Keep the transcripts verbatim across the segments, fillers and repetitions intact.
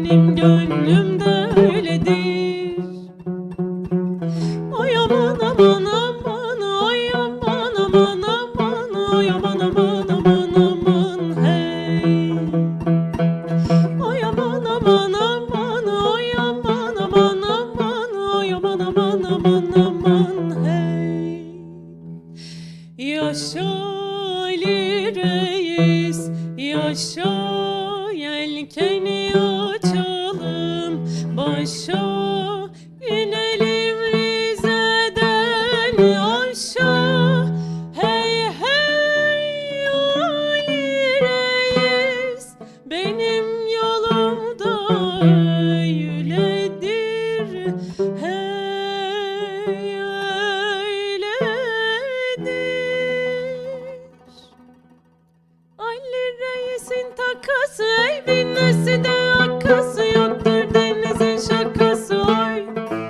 benim gönlümde öyledir. Oy aman aman aman, oy aman aman aman, oy aman aman aman aman hey. Oy aman aman aman, oy aman aman aman, oy aman aman aman aman hey. Yaşa Ali Reis, yaşa, yelkeni açalım başa, inelim Rize'den aşağı. Hey hey Ali Reis, benim yolumda öyledir, hey öyledir. Ali Reis'in takası, ey binnesi de akası, yoktur denizin şakası oy.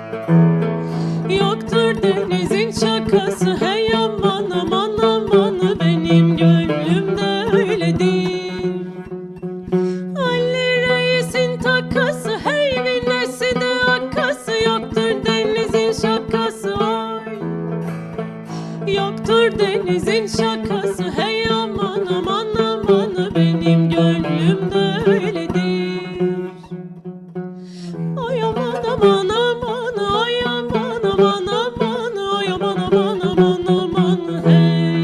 Yoktur denizin şakası, hey aman aman aman, benim gönlümde öyledir. Ali Reis'in takası, hey binnesi de akası, yoktur denizin şakası oy. Yoktur denizin şakası, hey aman aman aman, benim gönlümde öyledir. Oy aman aman aman, oy aman aman aman, oy aman aman aman aman hey.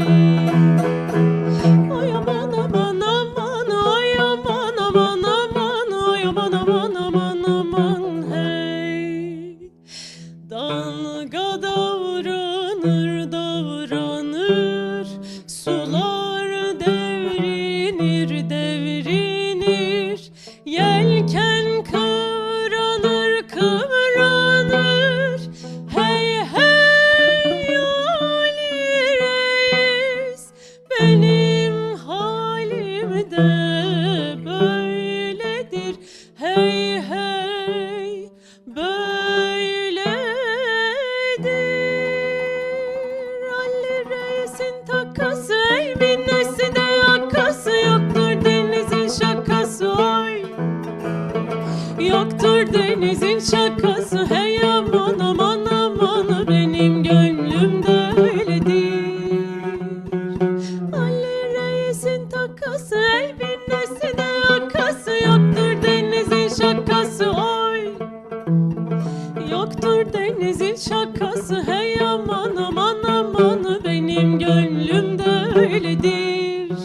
Oy aman aman aman, oy aman aman aman, oy aman aman aman aman hey. Dalga davranır davranır, sular devrinir devrinir, yelken kıvranır kıvranır. Hey hey Ali Reis, benim halim de böyledir, hey hey böyledir. Ali Reis'in takası, ey binnesi de akası, yoktur denizin şakası oy. Yoktur denizin şakası, hey aman aman aman, benim gönlümde öyledir. Ali Reis'in takası, ey binnesi de akası, yoktur denizin şakası oy. Yoktur denizin şakası, hey aman aman aman, benim gönlümde öyledir.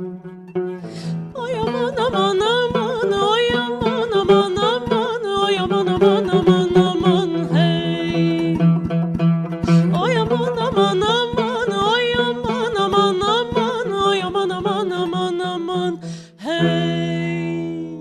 Oy aman aman aman, oy aman aman aman, oy aman aman aman aman hey. Oy aman aman aman, oy aman aman aman, oy aman aman aman aman hey.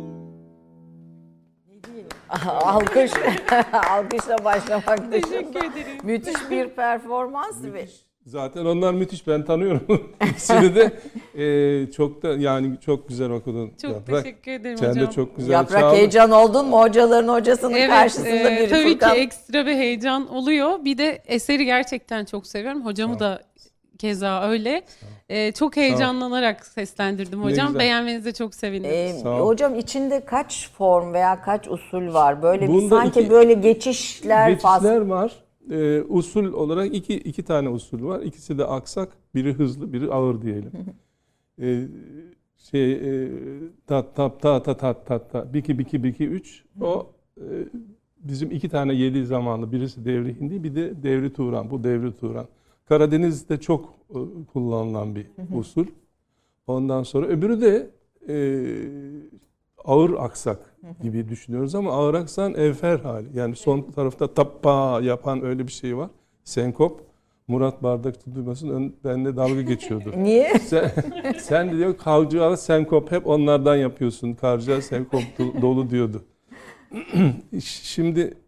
Alkış, alkışla başlamak dışında. Teşekkür ederim. Müthiş bir performans ve Zaten onlar müthiş, ben tanıyorum ikisini de. Ee, çok da yani çok güzel okudun. Çok Yaprak. teşekkür ederim Sen hocam. de çok güzel Yaprak çaldın. heyecan oldun mu hocaların hocasının Evet, karşısında e, bir tabii Furkan? ki ekstra bir heyecan oluyor. Bir de eseri gerçekten çok seviyorum. Hocamı Sağ da keza öyle. E, çok heyecanlanarak seslendirdim hocam. güzel. Beğenmenize çok sevindim. Ee, Sağ ol. hocam içinde kaç form veya kaç usul var? Böyle bir Bunda sanki iki- böyle geçişler, Geçişler fazla. var. Ee, usul olarak iki iki tane usul var. İkisi de aksak. Biri hızlı, biri ağır diyelim. Ee, şey e, tat tat ta ta ta ta ta biki biki biki üç. O e, bizim iki tane yedi zamanlı. Birisi devri hindi, bir de devri Turan. Bu devri Turan. Karadeniz'de çok e, kullanılan bir usul. Ondan sonra öbürü de e, ağır aksak gibi düşünüyoruz ama ağır aksan evfer hali. Yani son tarafta tappa yapan öyle bir şey var. Senkop. Murat Bardakçı duymasın, ön, benimle dalga geçiyordu. Niye? Sen, sen de diyor Kavcığa senkop hep onlardan yapıyorsun. Kavcığa senkop do- dolu diyordu. Şimdi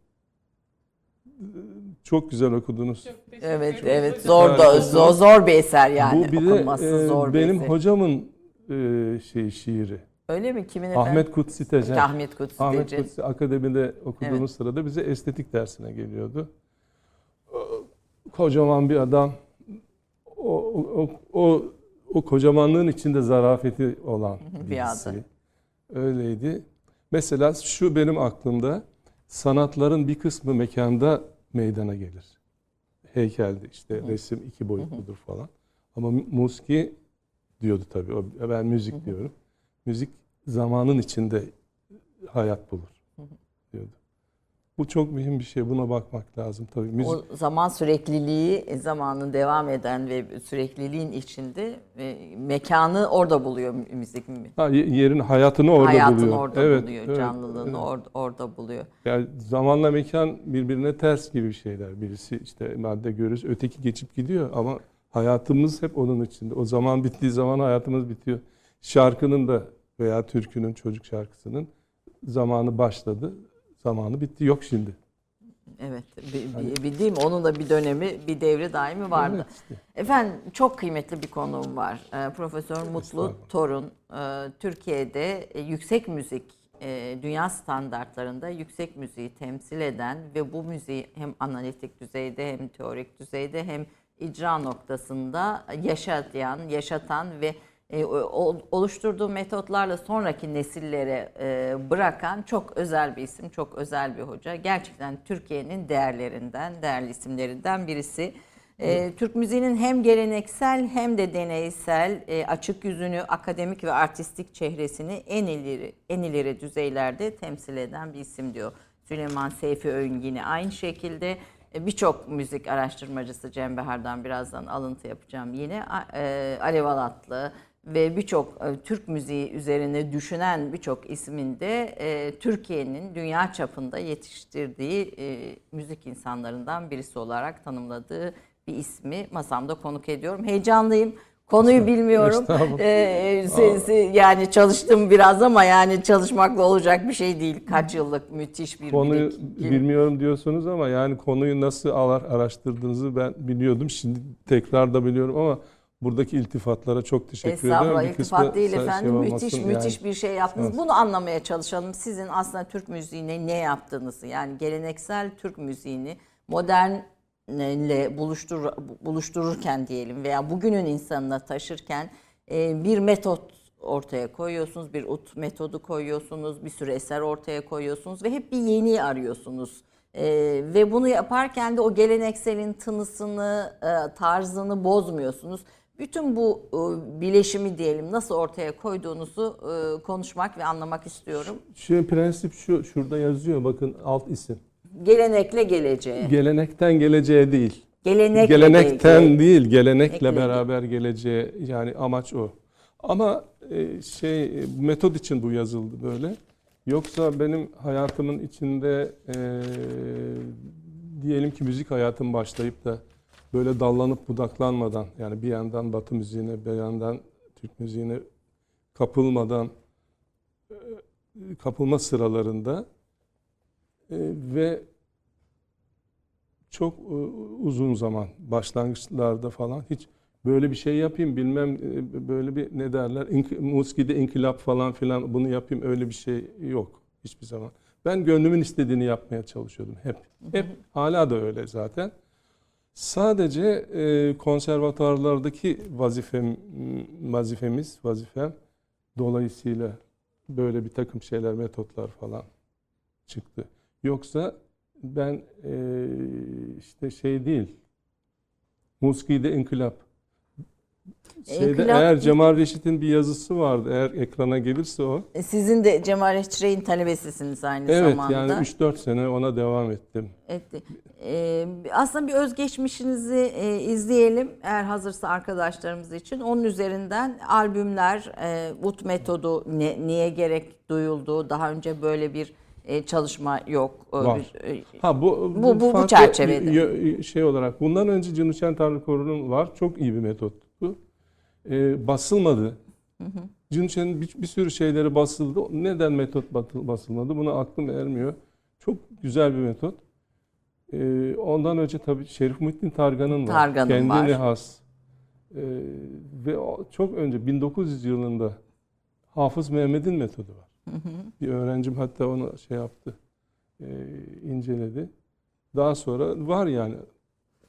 çok güzel okudunuz. Evet, evet. Zor da zor, zor bir eser yani. Bu bir de Okunması e, zor bir benim eser. hocamın e, şey şiiri. Öyle mi? Kimin efendim? Ahmet Kutsi Tecer. Ahmet Kutsi Ahmet Tecer. Kutsi akademide okuduğumuz Evet. sırada bize estetik dersine geliyordu. Kocaman bir adam. O, o, o, o kocamanlığın içinde zarafeti olan Bir birisi. adı. Öyleydi. Mesela şu benim aklımda, sanatların bir kısmı mekanda meydana gelir. Heykelde işte, resim iki boyutludur falan. Ama musiki diyordu tabii. O, ben müzik diyorum. Müzik zamanın içinde hayat bulur diyordu. Bu çok mühim bir şey. Buna bakmak lazım tabii. Müzik... O zaman sürekliliği, zamanın devam eden ve sürekliliğin içinde e, mekanı orada buluyor müzik. Ha, yerin hayatını orada Hayatını buluyor. orada evet, buluyor, evet, canlılığını evet. orada, orada buluyor. Yani zamanla mekan birbirine ters gibi şeyler. Birisi işte madde görürüz, öteki geçip gidiyor ama hayatımız hep onun içinde. O zaman bittiği zaman hayatımız bitiyor. Şarkının da veya türkünün, çocuk şarkısının zamanı başladı, zamanı bitti. Yok şimdi. Evet, bildiğim onun da bir dönemi, bir devri daimi vardı. Evet işte. Efendim, çok kıymetli bir konuğum var. Profesör Mutlu Torun, Türkiye'de yüksek müzik, dünya standartlarında yüksek müziği temsil eden ve bu müziği hem analitik düzeyde hem teorik düzeyde hem icra noktasında yaşayan, yaşatan ve oluşturduğu metotlarla sonraki nesillere bırakan çok özel bir isim, çok özel bir hoca. Gerçekten Türkiye'nin değerlerinden, değerli isimlerinden birisi. Evet. Türk müziğinin hem geleneksel hem de deneysel açık yüzünü, akademik ve artistik çehresini en ileri, en ileri düzeylerde temsil eden bir isim diyor. Süleyman Seyfi Öğün yine aynı şekilde. Birçok müzik araştırmacısı, Cem Bahar'dan birazdan alıntı yapacağım yine, Alev Alatlı ve birçok Türk müziği üzerine düşünen birçok ismin de Türkiye'nin dünya çapında yetiştirdiği müzik insanlarından birisi olarak tanımladığı bir ismi masamda konuk ediyorum. Heyecanlıyım. Konuyu bilmiyorum. Ee, yani çalıştım biraz ama yani çalışmakla olacak bir şey değil. Kaç yıllık müthiş bir konuyu bilgi. Bilmiyorum diyorsunuz ama yani konuyu nasıl araştırdığınızı ben biliyordum. Şimdi tekrar da biliyorum ama buradaki iltifatlara çok teşekkür ederim. Estağfurullah, iltifat değil efendim. Şey müthiş yani. müthiş bir şey yaptınız. Evet. Bunu anlamaya çalışalım. Sizin aslında Türk müziğine ne yaptığınızı, yani geleneksel Türk müziğini modernle buluştur, buluştururken diyelim veya bugünün insanına taşırken bir metot ortaya koyuyorsunuz, bir ut metodu koyuyorsunuz, bir sürü eser ortaya koyuyorsunuz ve hep bir yeni arıyorsunuz. Ee, ve bunu yaparken de o gelenekselin tınısını, e, tarzını bozmuyorsunuz. Bütün bu e, bileşimi diyelim nasıl ortaya koyduğunuzu e, konuşmak ve anlamak istiyorum. Şu prensip şu, şurada yazıyor bakın, alt isim. Gelenekle geleceğe. Gelenekten geleceğe değil. Gelenekle Gelenekten geleceğe. değil, gelenekle Gelenekle beraber geleceğe, yani amaç o. Ama e, şey metot için bu yazıldı böyle. Yoksa benim hayatımın içinde e, diyelim ki müzik hayatım başlayıp da böyle dallanıp budaklanmadan, yani bir yandan Batı müziğine bir yandan Türk müziğine kapılmadan e, kapılma sıralarında e, ve çok e, uzun zaman başlangıçlarda falan hiç böyle bir şey yapayım bilmem e, böyle bir ne derler İnk, muskide inkılap falan filan bunu yapayım, öyle bir şey yok hiçbir zaman. Ben gönlümün istediğini yapmaya çalışıyordum hep. Hep hala da öyle zaten. Sadece e, konservatuarlardaki vazifem, vazifemiz, vazifem dolayısıyla böyle bir takım şeyler, metotlar falan çıktı. Yoksa ben e, işte şey değil, muskide inkılap. Şeyde, İnkılap, eğer Cemal Reşit'in bir yazısı vardı, eğer ekrana gelirse o. Sizin de Cemal Reşit'in talebesisiniz aynı evet, zamanda. Evet, yani üç dört sene ona devam ettim. Etti. Ee, aslında bir özgeçmişinizi e, izleyelim eğer hazırsa arkadaşlarımız için. Onun üzerinden albümler, e, ut metodu ne, niye gerek duyuldu, daha önce böyle bir e, çalışma yok. Var. Bir, ha bu bu, bu, bu çerçevede. Şey olarak, bundan önce Cünüşen Tanrı Koru'nun var, çok iyi bir metottu. Ee, basılmadı. Cünüşen'in bir, bir sürü şeyleri basıldı. Neden metot basılmadı? Buna aklım ermiyor. Çok güzel bir metot. Ee, ondan önce tabii Şerif Muhittin Targan'ın var. Targan'ın Kendine var. has. Ee, ve o, çok önce bin dokuz yüz yılında Hafız Mehmet'in metodu var. Hı hı. Bir öğrencim hatta onu şey yaptı, e, inceledi. Daha sonra var yani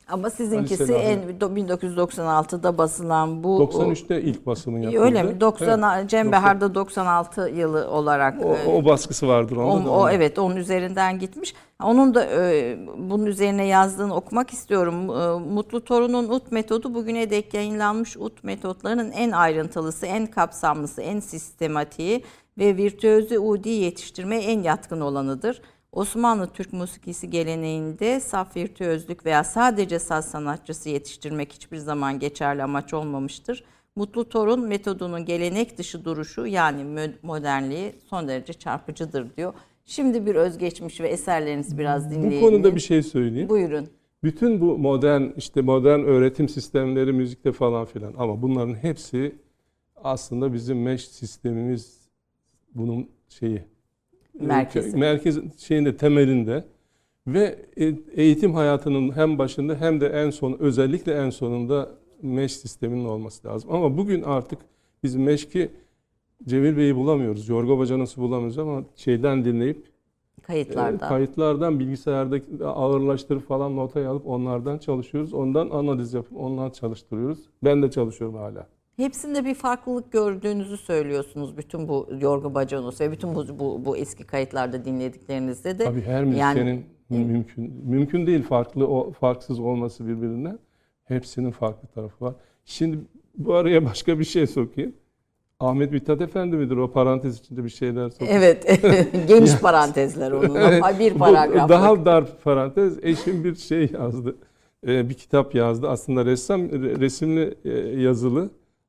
Ama sizinkisi Ali Selami. en bin dokuz yüz doksan altıda basılan bu. doksan üçte ilk basımı yapıldı. Öyle mi? doksan Evet. Cem Behar'da doksan altı yılı olarak. O, o baskısı vardır onda. O, o evet, onun üzerinden gitmiş. Onun da e, bunun üzerine yazdığını okumak istiyorum. E, Mutlu Torun'un U T metodu bugüne dek yayınlanmış U T metotlarının en ayrıntılısı, en kapsamlısı, en sistematiği ve virtüözü Udi yetiştirmeye en yatkın olanıdır. Osmanlı Türk musikisi geleneğinde saf virtüözlük veya sadece saz sanatçısı yetiştirmek hiçbir zaman geçerli amaç olmamıştır. Mutlu Torun metodunun gelenek dışı duruşu yani modernliği son derece çarpıcıdır diyor. Şimdi bir özgeçmiş ve eserlerinizi biraz dinleyelim. Bu konuda bir şey söyleyeyim. Buyurun. Bütün bu modern işte modern öğretim sistemleri müzikte falan filan ama bunların hepsi aslında bizim meş sistemimiz bunun şeyi. Merkezi. Merkez şeyinde temelinde ve eğitim hayatının hem başında hem de en son özellikle en sonunda meş sisteminin olması lazım. Ama bugün artık biz meşki Cemil Bey'i bulamıyoruz. Yorgo Bacanas'ı bulamıyoruz ama şeyden dinleyip kayıtlardan. E, kayıtlardan bilgisayardaki ağırlaştırıp falan notayı alıp onlardan çalışıyoruz. Ondan analiz yapıp ondan çalıştırıyoruz. Ben de çalışıyorum hala. Hepsinde bir farklılık gördüğünüzü söylüyorsunuz bütün bu Yorgo Bacanos ve bütün bu, bu bu eski kayıtlarda dinlediklerinizde de. Tabii her müzisyenin yani, mümkün mümkün değil farklı o farksız olması birbirinden. Hepsinin farklı tarafı var. Şimdi bu araya başka bir şey sokayım. Ahmet Mithat Efendi midir o parantez içinde bir şeyler sokuyor? Evet. Geniş parantezler onun. Evet, bir paragraf. Daha dar parantez. Eşim bir şey yazdı. Bir kitap yazdı. Aslında ressam resimli yazılı.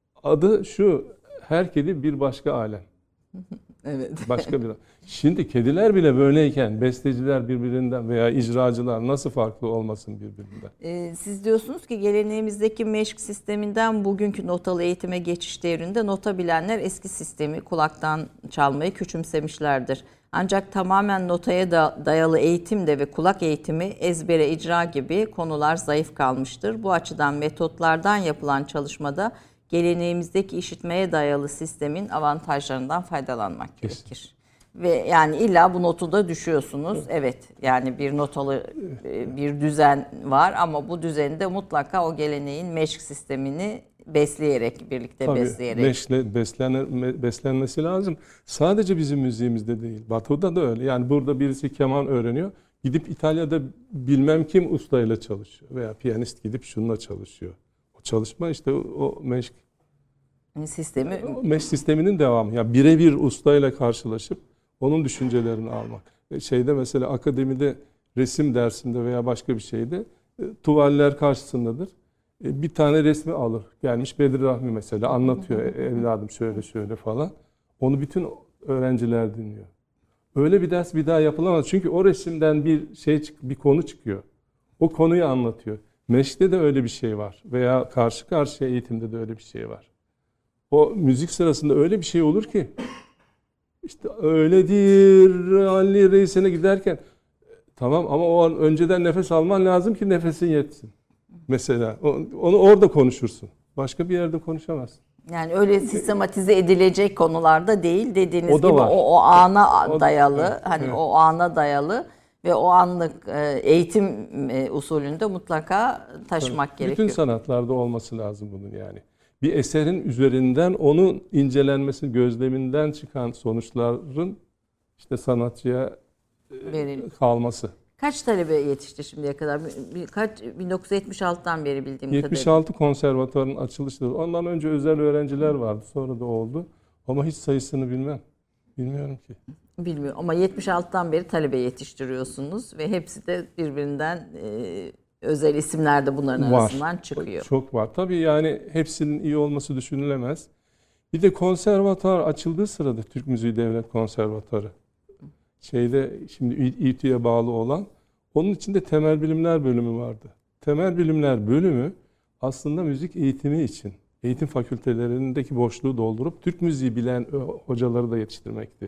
Adı şu, her kedi bir başka alem. Evet. Başka bir. Şimdi kediler bile böyleyken besteciler birbirinden veya icracılar nasıl farklı olmasın birbirinden? Ee, siz diyorsunuz ki geleneğimizdeki meşk sisteminden bugünkü notalı eğitime geçiş devrinde nota bilenler eski sistemi kulaktan çalmayı küçümsemişlerdir. Ancak tamamen notaya da dayalı eğitimde ve kulak eğitimi, ezbere icra gibi konular zayıf kalmıştır. Bu açıdan metotlardan yapılan çalışmada geleneğimizdeki işitmeye dayalı sistemin avantajlarından faydalanmak Kesin. gerekir. Ve yani illa bu notu da düşüyorsunuz. Evet, yani bir notalı bir düzen var ama bu düzende mutlaka o geleneğin meşk sistemini besleyerek, birlikte Tabii, besleyerek. Meşle beslenir, beslenmesi lazım. Sadece bizim müziğimizde değil, Batı'da da öyle. Yani burada birisi keman öğreniyor, gidip İtalya'da bilmem kim ustayla çalışıyor veya piyanist gidip şununla çalışıyor. O çalışma işte o, o meşk sistemi. O meş sisteminin devamı. Yani birebir ustayla karşılaşıp onun düşüncelerini almak. Şeyde mesela akademide resim dersinde veya başka bir şeyde tuvaller karşısındadır. Bir tane resmi alır. Gelmiş Bedri Rahmi mesela anlatıyor. Evladım şöyle şöyle falan. Onu bütün öğrenciler dinliyor. Öyle bir ders bir daha yapılamaz. Çünkü o resimden bir şey bir konu çıkıyor. O konuyu anlatıyor. Meşkte de öyle bir şey var. Veya karşı karşıya eğitimde de öyle bir şey var. O müzik sırasında öyle bir şey olur ki işte öyledir Ali Reis'ine giderken tamam ama o an önceden nefes alman lazım ki nefesin yetsin. Mesela onu orada konuşursun. Başka bir yerde konuşamazsın. Yani öyle sistematize edilecek konularda değil dediğiniz o da gibi var. o, o ana o, dayalı evet, hani evet. o ana dayalı ve o anlık eğitim usulünde mutlaka taşımak Tabii. gerekiyor. Bütün sanatlarda olması lazım bunun yani. Bir eserin üzerinden onun incelenmesi, gözleminden çıkan sonuçların işte sanatçıya Verelim. kalması. Kaç talebe yetişti şimdiye kadar? Kaç bin dokuz yüz yetmiş altıdan beri bildiğim yetmiş altı kadarıyla. Konservatuvarın açılışıdır. Ondan önce özel öğrenciler vardı. Sonra da oldu. Ama hiç sayısını bilmem. Bilmiyorum ki. Bilmiyorum ama yetmiş altıdan beri talebe yetiştiriyorsunuz ve hepsi de birbirinden e, özel isimler de bunların var. arasından çıkıyor. Çok var. Tabii yani hepsinin iyi olması düşünülemez. Bir de konservatuvar açıldığı sırada Türk Müziği Devlet Konservatuvarı şeyde şimdi İ T Ü'ye bağlı olan onun içinde temel bilimler bölümü vardı. Temel bilimler bölümü aslında müzik eğitimi için eğitim fakültelerindeki boşluğu doldurup Türk müziği bilen hocaları da yetiştirmekti.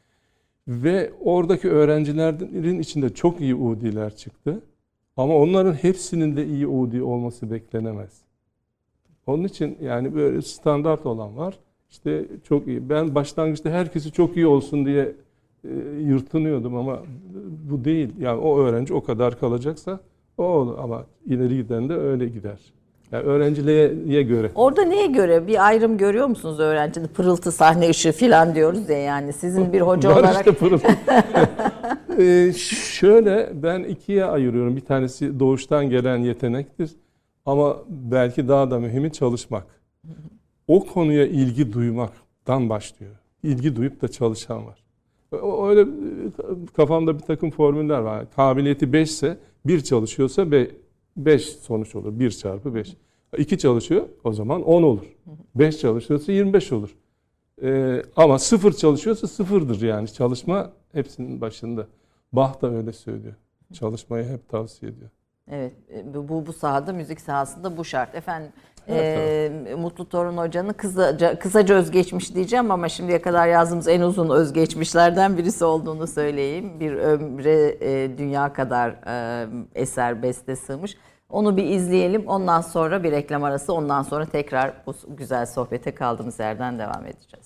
Ve oradaki öğrencilerin içinde çok iyi Udi'ler çıktı. Ama onların hepsinin de iyi Udi olması beklenemez. Onun için yani böyle standart olan var. İşte çok iyi. Ben başlangıçta herkesi çok iyi olsun diye e, yırtınıyordum ama bu değil. Yani o öğrenci o kadar kalacaksa O olur ama ileri giden de öyle gider. Yani öğrenciliğe göre. Orada neye göre bir ayrım görüyor musunuz öğrencinin? Pırıltı, sahne ışığı falan diyoruz ya, yani sizin bir hoca Var olarak. işte pırıltı. ee, şöyle ben ikiye ayırıyorum. Bir tanesi doğuştan gelen yetenektir. Ama belki daha da mühimi çalışmak. O konuya ilgi duymaktan başlıyor. İlgi duyup da çalışan var. O, öyle kafamda bir takım formüller var. Kabiliyeti beş ise bir çalışıyorsa beş sonuç olur. bir çarpı beş. iki çalışıyor o zaman on olur. beş çalışıyorsa yirmi beş olur. Ee, ama sıfır çalışıyorsa sıfırdır yani. Çalışma hepsinin başında. Bach da öyle söylüyor. Çalışmayı hep tavsiye ediyor. Evet, bu bu sahada, müzik sahasında bu şart. Efendim, Evet, e, Mutlu Torun Hoca'nın kısaca, kısaca özgeçmiş diyeceğim ama şimdiye kadar yazdığımız en uzun özgeçmişlerden birisi olduğunu söyleyeyim. Bir ömre e, dünya kadar e, eser, beste sığmış. Onu bir izleyelim. Ondan sonra bir reklam arası. Ondan sonra tekrar bu güzel sohbete kaldığımız yerden devam edeceğiz.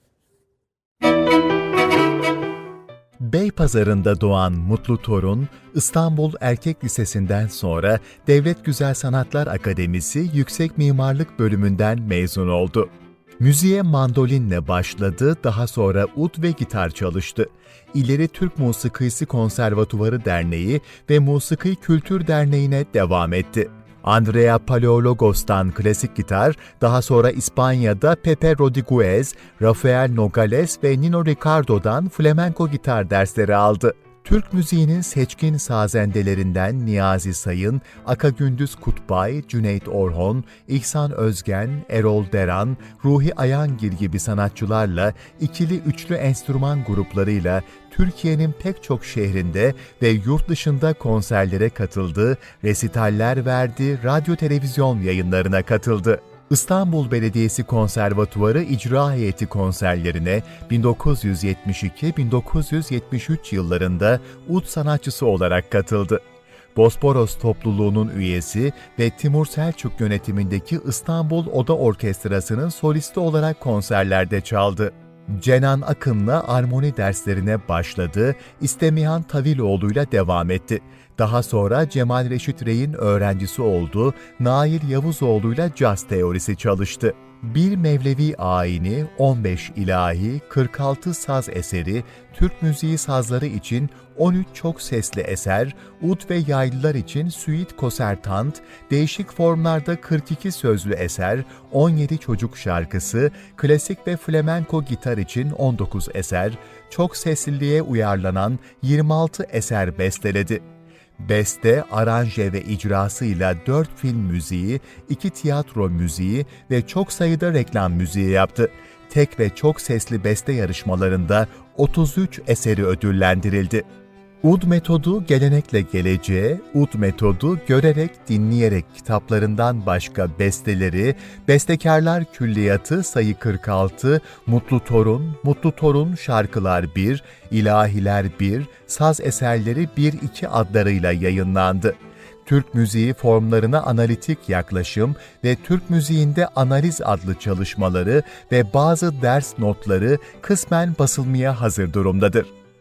Beypazarı'nda doğan Mutlu Torun, İstanbul Erkek Lisesi'nden sonra Devlet Güzel Sanatlar Akademisi Yüksek Mimarlık Bölümünden mezun oldu. Müziğe mandolinle başladı, daha sonra ud ve gitar çalıştı. İleri Türk Musikisi Konservatuvarı Derneği ve Musiki Kültür Derneği'ne devam etti. Andrea Paleologos'tan klasik gitar, daha sonra İspanya'da Pepe Rodriguez, Rafael Nogales ve Nino Ricardo'dan flamenco gitar dersleri aldı. Türk müziğinin seçkin sazendelerinden Niyazi Sayın, Aka Gündüz Kutbay, Cüneyt Orhon, İhsan Özgen, Erol Deran, Ruhi Ayangil gibi sanatçılarla ikili üçlü enstrüman gruplarıyla Türkiye'nin pek çok şehrinde ve yurt dışında konserlere katıldı, resitaller verdi, radyo televizyon yayınlarına katıldı. İstanbul Belediyesi Konservatuvarı İcra Heyeti konserlerine bin dokuz yüz yetmiş iki bin dokuz yüz yetmiş üç yıllarında ud sanatçısı olarak katıldı. Bosporos topluluğunun üyesi ve Timur Selçuk yönetimindeki İstanbul Oda Orkestrası'nın solisti olarak konserlerde çaldı. Cenan Akın'la armoni derslerine başladı, İstemihan Taviloğlu'yla devam etti. Daha sonra Cemal Reşit Rey'in öğrencisi oldu, Nail Yavuzoğlu'yla caz teorisi çalıştı. Bir Mevlevi ayini, on beş ilahi, kırk altı saz eseri, Türk müziği sazları için on üç çok sesli eser, ud ve yaylılar için suite konsertant, değişik formlarda kırk iki sözlü eser, on yedi çocuk şarkısı, klasik ve flamenco gitar için on dokuz eser, çok sesliliğe uyarlanan yirmi altı eser besteledi. Beste, aranje ve icrasıyla dört film müziği, iki tiyatro müziği ve çok sayıda reklam müziği yaptı. Tek ve çok sesli beste yarışmalarında otuz üç eseri ödüllendirildi. Ud metodu gelenekle geleceğe, ud metodu görerek dinleyerek kitaplarından başka besteleri, Bestekarlar Külliyatı sayı kırk altı, Mutlu Torun, Mutlu Torun Şarkılar bir, İlahiler bir, Saz Eserleri bir iki adlarıyla yayınlandı. Türk müziği formlarına analitik yaklaşım ve Türk müziğinde analiz adlı çalışmaları ve bazı ders notları kısmen basılmaya hazır durumdadır.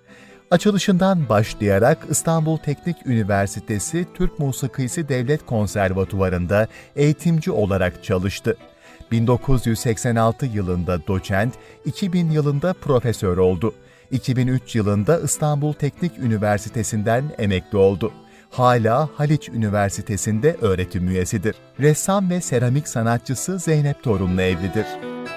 Açılışından başlayarak İstanbul Teknik Üniversitesi Türk Musikisi Devlet Konservatuvarı'nda eğitimci olarak çalıştı. bin dokuz yüz seksen altı yılında doçent, iki bin yılında profesör oldu. iki bin üç yılında İstanbul Teknik Üniversitesi'nden emekli oldu. Hala Haliç Üniversitesi'nde öğretim üyesidir. Ressam ve seramik sanatçısı Zeynep Torun'la evlidir.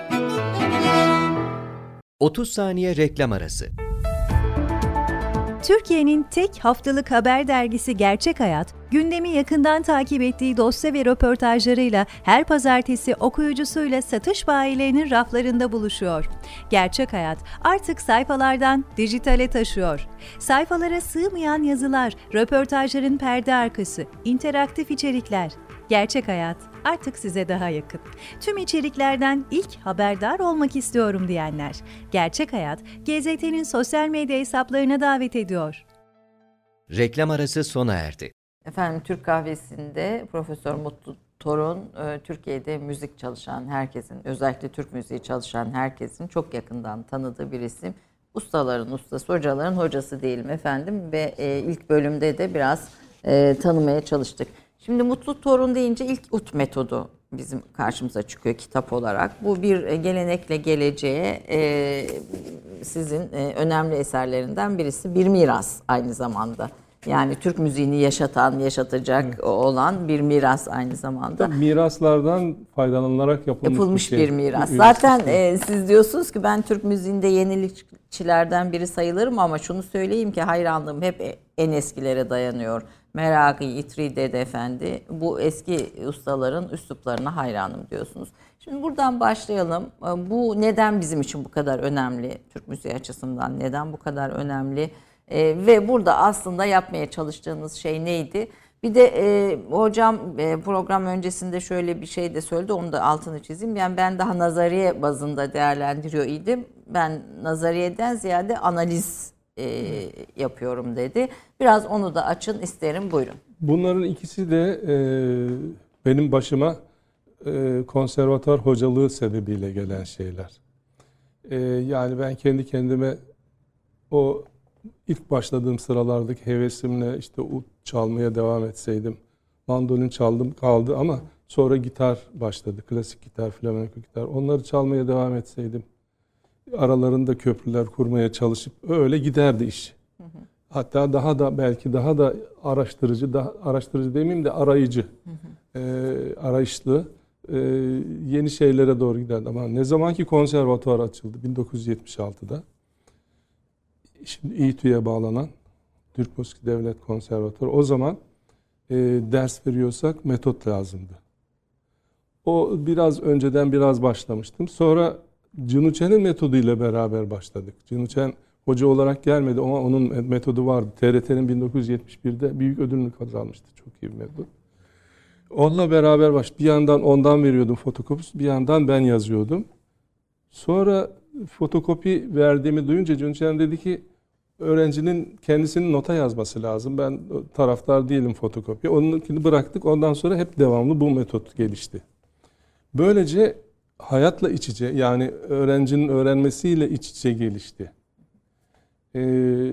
otuz saniye reklam arası. Türkiye'nin tek haftalık haber dergisi Gerçek Hayat, gündemi yakından takip ettiği dosya ve röportajlarıyla her pazartesi okuyucusuyla satış bayilerinin raflarında buluşuyor. Gerçek Hayat artık sayfalardan dijitale taşıyor. Sayfalara sığmayan yazılar, röportajların perde arkası, interaktif içerikler. Gerçek Hayat artık size daha yakın. Tüm içeriklerden ilk haberdar olmak istiyorum diyenler. Gerçek Hayat, G Z T'nin sosyal medya hesaplarına davet ediyor. Reklam arası sona erdi. Efendim, Türk Kahvesi'nde Profesör Mutlu Torun, Türkiye'de müzik çalışan herkesin, özellikle Türk müziği çalışan herkesin çok yakından tanıdığı bir isim. Ustaların ustası, hocaların hocası diyelim efendim ve ilk bölümde de biraz e, tanımaya çalıştık. Şimdi Mutlu Torun deyince ilk ut metodu bizim karşımıza çıkıyor kitap olarak. Bu bir e, gelenekle geleceğe e, sizin e, önemli eserlerinden birisi. Bir miras aynı zamanda. Yani Türk müziğini yaşatan, yaşatacak evet. olan bir miras aynı zamanda. Tabii miraslardan faydalanılarak yapılmış, yapılmış bir, şey. bir miras. Zaten e, siz diyorsunuz ki ben Türk müziğinde yenilikçilerden biri sayılırım ama şunu söyleyeyim ki hayranlığım hep en eskilere dayanıyor. Meragi, İtri, Dede Efendi, bu eski ustaların üsluplarına hayranım diyorsunuz. Şimdi buradan başlayalım. Bu neden bizim için bu kadar önemli? Türk müziği açısından neden bu kadar önemli? Ee, ve burada aslında yapmaya çalıştığınız şey neydi? Bir de e, hocam e, program öncesinde şöyle bir şey de söyledi, onu da altını çizeyim. Yani ben daha nazariye bazında değerlendiriyor idim. Ben nazariyeden ziyade analiz e, yapıyorum dedi. Biraz onu da açın isterim, buyurun. Bunların ikisi de e, benim başıma e, konservatuar hocalığı sebebiyle gelen şeyler. E, yani ben kendi kendime o ilk başladığım sıralardaki hevesimle işte ut çalmaya devam etseydim, mandolin çaldım kaldı ama sonra gitar başladı, klasik gitar, flamenco gitar. Onları çalmaya devam etseydim, aralarında köprüler kurmaya çalışıp öyle giderdi iş. Hı hı. Hatta daha da belki daha da araştırıcı, daha araştırıcı demeyeyim de arayıcı, hı hı. E, arayışlı, e, yeni şeylere doğru giderdi. Ama ne zamanki konservatuvar açıldı bin dokuz yüz yetmiş altıda. Şimdi İİTÜ'ye bağlanan Türk Müzik Devlet Konservatuarı. O zaman e, ders veriyorsak metot lazımdı. O biraz önceden biraz başlamıştım. Sonra Cınuçen'in metoduyla beraber başladık. Cınuçen hoca olarak gelmedi ama onun metodu vardı. T R T'nin bin dokuz yüz yetmiş birde büyük ödülünü kazanmıştı. Çok iyi bir metod. Onunla beraber başladık. Bir yandan ondan veriyordum fotokopisi, bir yandan ben yazıyordum. Sonra fotokopi verdiğimi duyunca Cınuçen dedi ki öğrencinin kendisinin nota yazması lazım. Ben taraftar değilim fotokopi. Onunkini bıraktık. Ondan sonra hep devamlı bu metot gelişti. Böylece hayatla iç içe, yani öğrencinin öğrenmesiyle iç içe gelişti. Ee,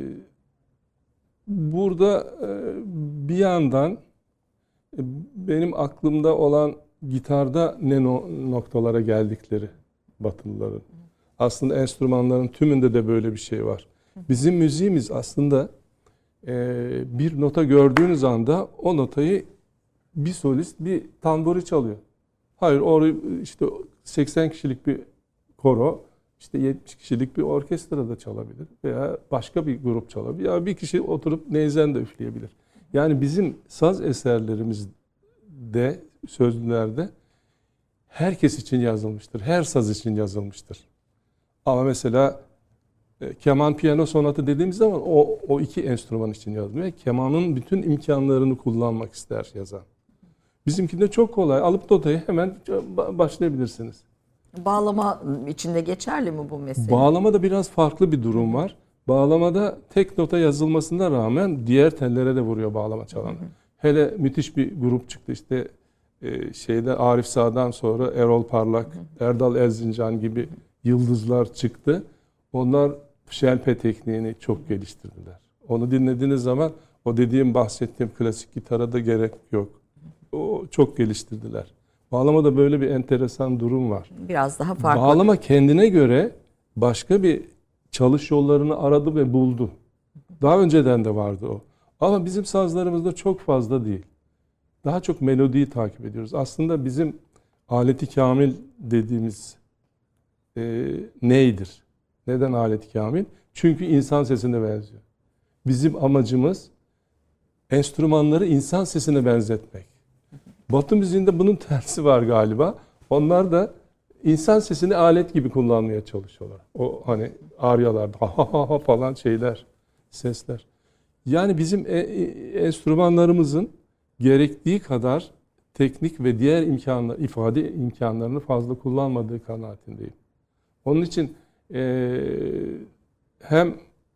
burada e, bir yandan e, benim aklımda olan gitarda ne no noktalara geldikleri Batılıların. Aslında enstrümanların tümünde de böyle bir şey var. Bizim müziğimiz aslında e, bir nota gördüğünüz anda o notayı bir solist, bir tamburi çalıyor. Hayır, orayı işte seksen kişilik bir koro, işte yetmiş kişilik bir orkestra da çalabilir veya başka bir grup çalabilir. Ya bir kişi oturup neyzen de üfleyebilir. Yani bizim saz eserlerimizde, sözlülerde herkes için yazılmıştır. Her saz için yazılmıştır. Ama mesela e, keman, piyano sonatı dediğimiz zaman o, o iki enstrüman için yazılıyor. Kemanın bütün imkanlarını kullanmak ister yazan. Bizimkinde çok kolay. Alıp notayı hemen başlayabilirsiniz. Bağlama içinde geçerli mi bu mesele? Bağlamada biraz farklı bir durum var. Bağlamada tek nota yazılmasına rağmen diğer tellere de vuruyor bağlama çalan. Hı hı. Hele müthiş bir grup çıktı işte e, şeyde Arif Sağ'dan sonra Erol Parlak, hı hı. Erdal Erzincan gibi hı hı. yıldızlar çıktı. Onlar şelpe tekniğini çok geliştirdiler. Onu dinlediğiniz zaman o dediğim bahsettiğim klasik gitara da gerek yok. O çok geliştirdiler. Bağlamada böyle bir enteresan durum var. Biraz daha farklı. Bağlama kendine göre başka bir çalış yollarını aradı ve buldu. Daha önceden de vardı o. Ama bizim sazlarımızda çok fazla değil. Daha çok melodiyi takip ediyoruz. Aslında bizim aleti kamil dediğimiz e, neydir? Neden aleti kamil? Çünkü insan sesine benziyor. Bizim amacımız enstrümanları insan sesine benzetmek. Batı müziğinde bunun tersi var galiba. Onlar da insan sesini alet gibi kullanmaya çalışıyorlar. O hani aryalarda ha ha ha falan şeyler, sesler. Yani bizim e, e, enstrümanlarımızın gerektiği kadar teknik ve diğer imkanlar, ifade imkanlarını fazla kullanmadığı kanaatindeyim. Onun için e, hem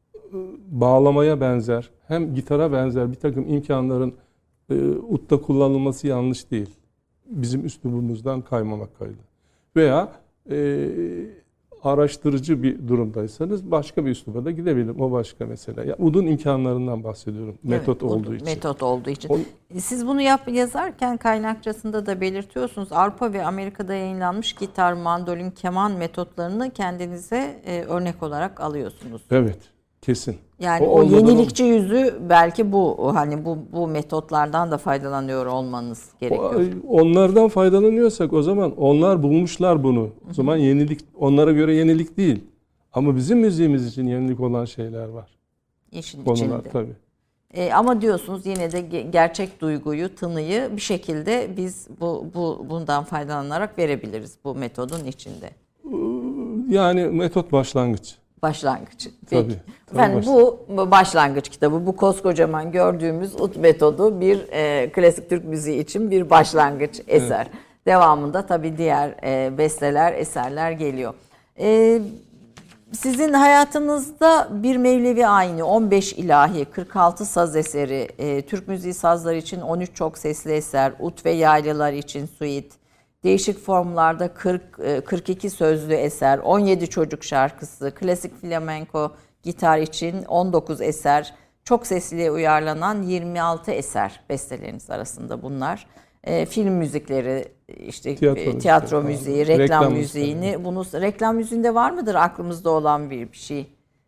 bağlamaya benzer, hem gitara benzer bir takım imkanların e, utta kullanılması yanlış değil. Bizim üslubumuzdan kaymamak kaydı. Veya e, araştırıcı bir durumdaysanız başka bir üsluba da gidebilirim. O başka mesele. Ya, udun imkanlarından bahsediyorum. Metot Evet, olduğu için. Metot olduğu için. On- Siz bunu yap, yazarken kaynakçasında da belirtiyorsunuz. Avrupa ve Amerika'da yayınlanmış gitar, mandolin, keman metotlarını kendinize e, örnek olarak alıyorsunuz. Evet, kesin. Yani O o, olmadan yenilikçi yüzü belki bu, hani bu bu metotlardan da faydalanıyor olmanız gerekiyor. O- Onlardan faydalanıyorsak o zaman onlar bulmuşlar bunu. O zaman yenilik onlara göre yenilik değil. Ama bizim müziğimiz için yenilik olan şeyler var. İşin Konular içinde. tabii. E, ama diyorsunuz yine de ge- gerçek duyguyu, tınıyı bir şekilde biz bu, bu bundan faydalanarak verebiliriz bu metodun içinde. Yani metot başlangıç. Başlangıç. Tabii, Peki. tabii Efendim başlangıç. bu başlangıç kitabı, bu koskocaman gördüğümüz ut metodu bir e, klasik Türk müziği için bir başlangıç eser. Evet. Devamında tabii diğer e, besteler, eserler geliyor. E, sizin hayatınızda bir Mevlevi ayini, on beş ilahi, kırk altı saz eseri, e, Türk müziği sazları için on üç çok sesli eser, ut ve yaylılar için suite, değişik formlarda kırk kırk iki sözlü eser, on yedi çocuk şarkısı, klasik flamenko gitar için on dokuz eser, çok sesliye uyarlanan yirmi altı eser besteleriniz arasında bunlar. E, film müzikleri, işte Tiyatro, e, tiyatro müzikleri, müziği, reklam, reklam müziğini, müzikleri. bunu reklam müziğinde var mıdır aklımızda olan bir, bir şey?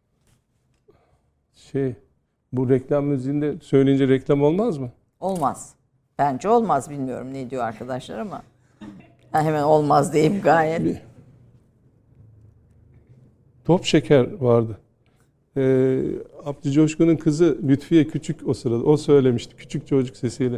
Şey, bu reklam müziğinde söyleyince reklam olmaz mı? Olmaz. Bence olmaz, bilmiyorum ne diyor arkadaşlar ama. Ha, hemen olmaz diyeyim gayet. Top Şeker vardı. Ee, Abdü Coşkun'un kızı Lütfiye Küçük o sırada. O söylemişti küçük çocuk sesiyle.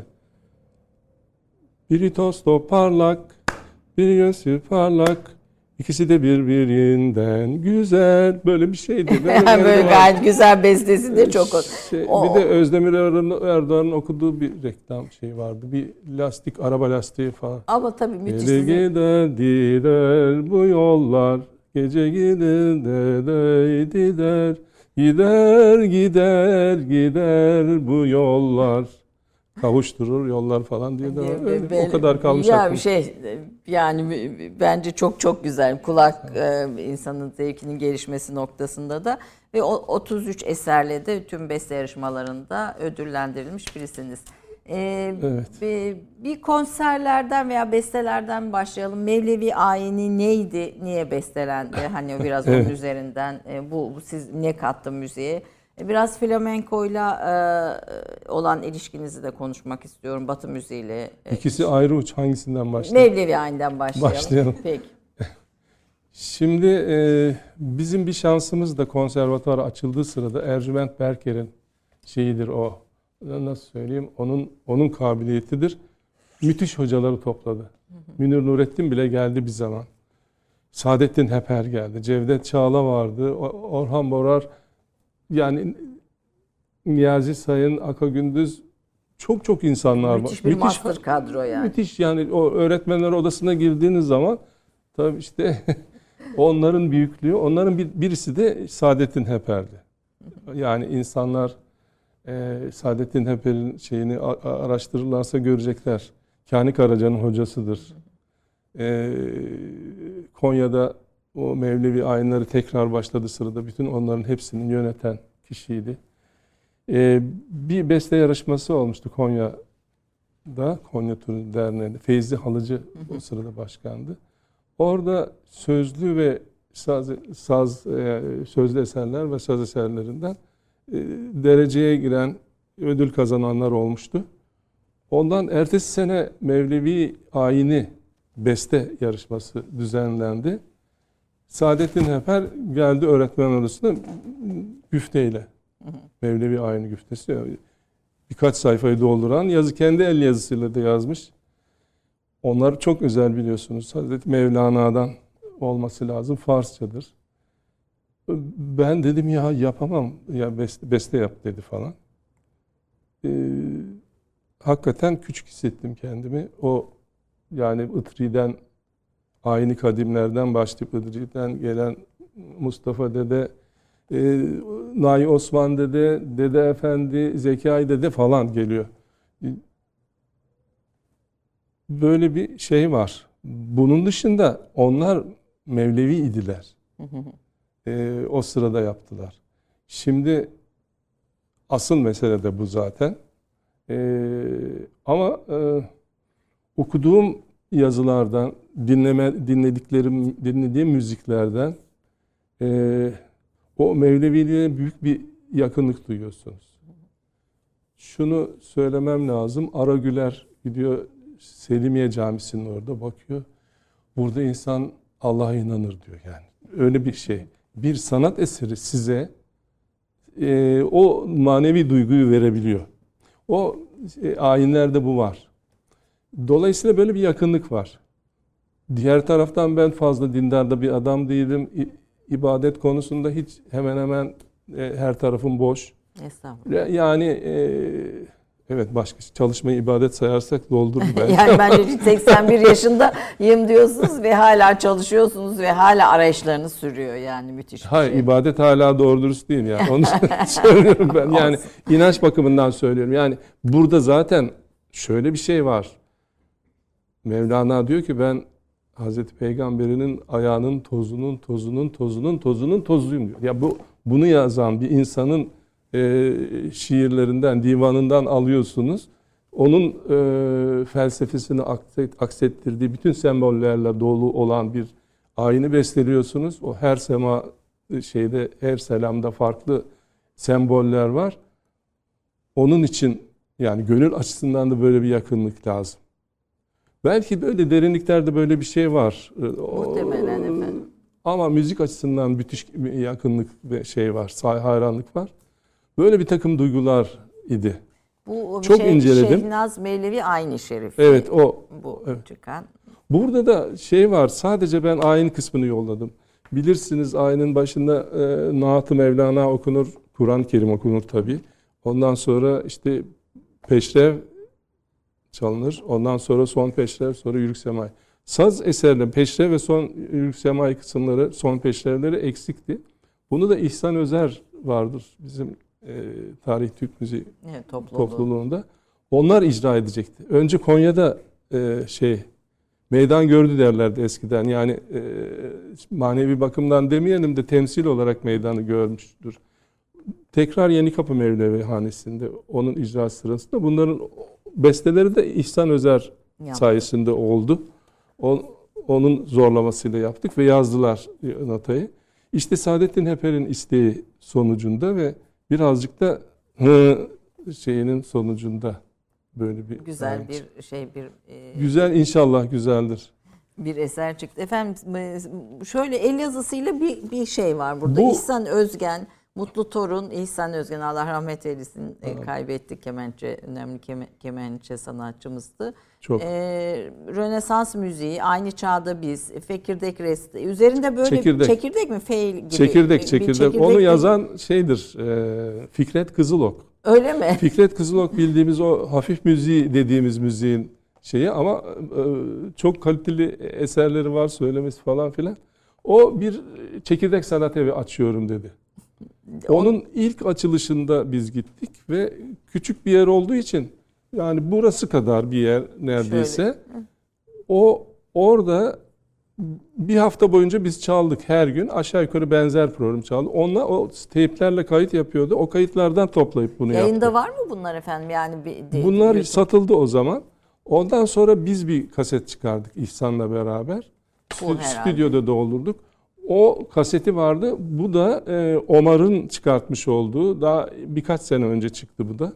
Biri tosto parlak, biri gözü parlak. İkisi de birbirinden güzel. Böyle bir şeydi. Böyle, Böyle böyle gayet güzel bestesi de çok. Şey, o, bir de Özdemir Erdoğan'ın okuduğu bir reklam şeyi vardı. Bir lastik, araba lastiği falan. Ama tabii müthiş. Gece gider gider bu yollar, gece gider de gider, gider gider gider bu yollar. Kavuşturur yollar falan diye de var. Öyle, o kadar kalmış ya aklımda. bir şey yani bence çok çok güzel. Kulak e, insanın zevkinin gelişmesi noktasında da ve o otuz üç eserle de tüm beste yarışmalarında ödüllendirilmiş birisiniz. Ee, Evet. bir, bir konserlerden veya bestelerden başlayalım. Mevlevi ayini neydi? Niye bestelendi? Hani biraz onun Evet. üzerinden e, bu, bu siz ne kattı müziğe? E, biraz flamenkoyla e, olan ilişkinizi de konuşmak istiyorum. Batı müziğiyle. E, İkisi ayrı uç. Hangisinden başlayalım? Mevlevi ayinden başlayalım. Başlayalım. Peki. Şimdi e, bizim bir şansımız da konservatuvar açıldığı sırada Ercüment Berker'in şeyidir o. Nasıl söyleyeyim? Onun onun kabiliyetidir. Müthiş hocaları topladı. Hı hı. Münir Nurettin bile geldi bir zaman. Saadettin Heper geldi. Cevdet Çağla vardı. Orhan Borar, yani Niyazi Sayın, Aka Gündüz, çok çok insanlar müthiş var. Bir müthiş bir master kadro yani. Müthiş, yani o öğretmenler odasına girdiğiniz zaman tabii işte onların büyüklüğü, onların bir, birisi de Saadettin Heper'di. Yani insanlar e, Saadettin Heper'in şeyini araştırırlarsa görecekler. Kani Karaca'nın hocasıdır. E, Konya'da o Mevlevi ayinleri tekrar başladı sırada. Bütün onların hepsini yöneten kişiydi. Ee, bir beste yarışması olmuştu Konya'da. Konya Turu Derneği'nde. Feyzi Halıcı o sırada başkandı. Orada sözlü ve saz, saz e, sözlü eserler ve saz eserlerinden e, dereceye giren, ödül kazananlar olmuştu. Ondan ertesi sene Mevlevi ayini beste yarışması düzenlendi. Saadettin Heper geldi öğretmen odasına güfteyle. Mevlevi ayini güftesi. Birkaç sayfayı dolduran yazı, kendi el yazısıyla da yazmış. Onlar çok özel biliyorsunuz. Hazreti Mevlana'dan olması lazım. Farsçadır. Ben dedim ya yapamam. Ya beste, beste yap dedi falan. Ee, hakikaten küçük hissettim kendimi. O yani Itri'den, Ayni Kadimlerden başlayıp Itri'den gelen Mustafa Dede, e, Nahi Osman Dede, Dede Efendi, Zekai Dede falan geliyor. Böyle bir şey var. Bunun dışında onlar Mevlevi idiler. Ee, o sırada yaptılar. Şimdi asıl mesele de bu zaten. Ee, ama e, okuduğum yazılardan, dinleme dinlediklerim, dinlediğim müziklerden e, o Mevleviliğe büyük bir yakınlık duyuyorsunuz. Şunu söylemem lazım. Ara Güler gidiyor Selimiye Camisi'nin orada bakıyor. Burada insan Allah'a inanır diyor yani. Öyle bir şey. Bir sanat eseri size e, o manevi duyguyu verebiliyor. O e, ayinlerde bu var. Dolayısıyla böyle bir yakınlık var. Diğer taraftan ben fazla dindarda bir adam değilim. İ, ibadet konusunda hiç hemen hemen e, her tarafım boş. Estağfurullah. Yani e, evet başka çalışmayı ibadet sayarsak doldurur bence. Yani bence seksen bir yaşındayım diyorsunuz ve hala çalışıyorsunuz ve hala arayışlarınız sürüyor yani müthiş bir Hayır, şey. ibadet hala doğru dürüst değil yani. Onu söylüyorum ben. Yani inanç bakımından söylüyorum. Yani burada zaten şöyle bir şey var. Mevlana diyor ki ben Hazreti Peygamber'in ayağının tozunun tozunun tozunun tozunun tozuyum diyor. Ya bu bunu yazan bir insanın e, şiirlerinden, divanından alıyorsunuz. Onun e, felsefesini akset, aksettirdiği bütün sembollerle dolu olan bir ayini besteliyorsunuz. O her sema şeyde, her selamda farklı semboller var. Onun için yani gönül açısından da böyle bir yakınlık lazım. Belki böyle derinliklerde böyle bir şey var. Muhtemelen efendim. Ama müzik açısından müthiş bir yakınlık ve şey var, hayranlık var. Böyle bir takım duygular idi. Bu çok şey, inceledim. Şehnaz Mevlevi Ayni Şerif. Evet o. Bu evet. çıkan. Burada da şey var, sadece ben ayin kısmını yolladım. Bilirsiniz ayinin başında e, Naat-ı Mevlana okunur, Kur'an-ı Kerim okunur tabii. Ondan sonra işte peşrev çalınır. Ondan sonra son peşrev, sonra yürük semai. Saz eserleri, peşrev ve son yürük semai kısımları, son peşrevleri eksikti. Bunu da İhsan Özer vardır bizim e, Tarih Türk Müziği Evet, topluluğu. topluluğunda. Onlar icra edecekti. Önce Konya'da e, şey meydan gördü derlerdi eskiden. Yani e, manevi bakımdan demeyelim de temsil olarak meydanı görmüştür. Tekrar Yenikapı Mevlevi Hanesi'nde onun icra sırasında bunların besteleri de İhsan Özer Yaptı. sayesinde oldu. O, onun zorlamasıyla yaptık ve yazdılar notayı. İşte Saadettin Heper'in isteği sonucunda ve birazcık da hı şeyinin sonucunda böyle bir Güzel yani, bir şey bir e, güzel inşallah güzeldir. bir eser çıktı. Efendim şöyle el yazısıyla bir bir şey var burada. Bu, İhsan Özgen, Mutlu Torun, İhsan Özgen Allah rahmet eylesin e, kaybettik kemençe önemli keme, kemençe sanatçımızdı. Çok. E, Rönesans müziği aynı çağda biz Fekirdek resti üzerinde böyle Çekirdek, çekirdek mi feil gibi çekirdek bir çekirdek, çekirdek onu bir, yazan şeydir e, Fikret Kızılok. öyle mi? Fikret Kızılok bildiğimiz o hafif müziği dediğimiz müziğin şeyi ama e, çok kaliteli eserleri var söylemesi falan filan. O bir çekirdek sanat evi açıyorum dedi. Onun ilk açılışında biz gittik ve küçük bir yer olduğu için yani burası kadar bir yer neredeyse. Şöyle. O orada bir hafta boyunca biz çaldık her gün aşağı yukarı benzer program çaldık. Onunla o teyplerle kayıt yapıyordu. O kayıtlardan toplayıp bunu yaptık. Yayında var mı bunlar efendim? Yani bir, de, bunlar YouTube. satıldı o zaman. Ondan sonra biz bir kaset çıkardık İhsan'la beraber. Bu Stüdyoda doldurduk. O kaseti vardı. Bu da e, Omar'ın çıkartmış olduğu, daha birkaç sene önce çıktı bu da.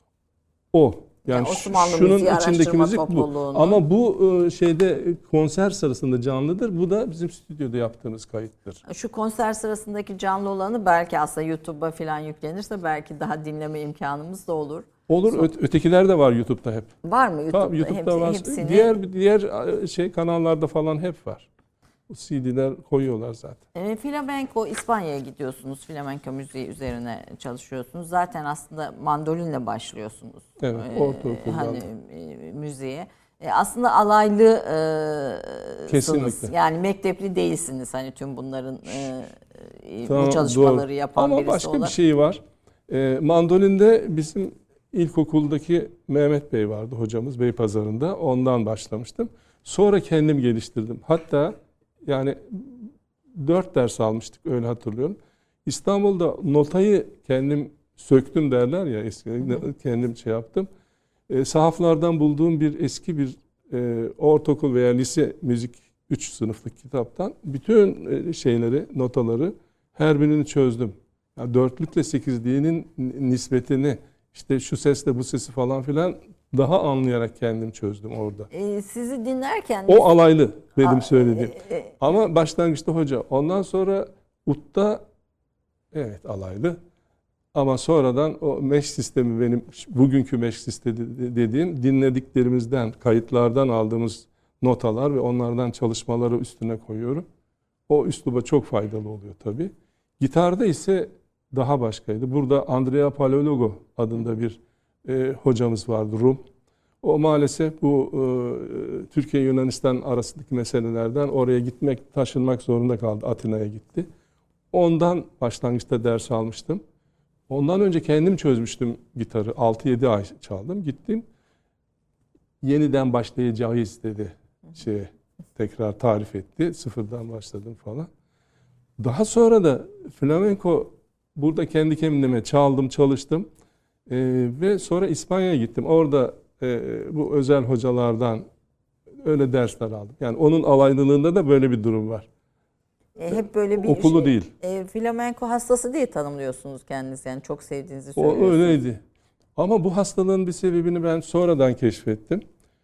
O. Yani, yani Osmanlı şunun içindeki müzik bu. Ama Ama bu e, şeyde konser sırasında canlıdır. Bu da bizim stüdyoda yaptığımız kayıttır. Şu konser sırasındaki canlı olanı belki aslında YouTube'a falan yüklenirse belki daha dinleme imkanımız da olur. Olur. Son... Ötekiler de var YouTube'da hep. Var mı YouTube'da? Tabii, YouTube'da Hepsi, var. Hepsini... Diğer diğer şey kanallarda falan hep var. C D'ler koyuyorlar zaten. E, flamenco, İspanya'ya gidiyorsunuz. Flamenco müziği üzerine çalışıyorsunuz. Zaten aslında mandolinle başlıyorsunuz. Evet, ortaokuldan. E, hani e, müziğe. E, aslında alaylı e, Kesinlikle. Sınız. Yani mektepli değilsiniz. Hani tüm bunların e, tamam, bu çalışmaları doğru. yapan ama birisi başka olan. bir şey var. E, mandolinde bizim ilkokuldaki Mehmet Bey vardı hocamız Beypazarı'nda. Ondan başlamıştım. Sonra kendim geliştirdim. Hatta yani dört ders almıştık, öyle hatırlıyorum. İstanbul'da notayı kendim söktüm derler ya, eskiden kendim şey yaptım. E, sahaflardan bulduğum bir eski bir e, ortaokul veya lise müzik üç sınıflık kitaptan bütün e, şeyleri, notaları her birini çözdüm. Yani dörtlükle sekizliğinin nispetini, işte şu sesle bu sesi falan filan daha anlayarak kendim çözdüm orada. E, sizi dinlerken... O alaylı benim Aa, söylediğim. e, e, Ama başlangıçta hoca. Ondan sonra Ut'ta evet alaylı. Ama sonradan o meş sistemi, benim bugünkü meş sistemi dediğim, dinlediklerimizden, kayıtlardan aldığımız notalar ve onlardan çalışmaları üstüne koyuyorum. O üsluba çok faydalı oluyor tabii. Gitarda ise daha başkaydı. Burada Andrea Palaiologou adında bir e, hocamız vardı, Rum. O maalesef bu e, Türkiye Yunanistan arasındaki meselelerden oraya gitmek, taşınmak zorunda kaldı. Atina'ya gitti. Ondan başlangıçta ders almıştım. Ondan önce kendim çözmüştüm gitarı. altı yedi ay çaldım. Gittim. Yeniden başlayacağız dedi. Şey, tekrar tarif etti. Sıfırdan başladım falan. Daha sonra da flamenko burada kendi kendime çaldım, çalıştım. Ee, ve sonra İspanya'ya gittim. Orada e, bu özel hocalardan öyle dersler aldım. Yani onun alaylılığında da böyle bir durum var. E, hep böyle bir Okulu şey, değil. E, flamenko hastası diye tanımlıyorsunuz kendinizi. Yani çok sevdiğinizi O söylüyorsunuz. öyleydi. Ama bu hastalığın bir sebebini ben sonradan keşfettim.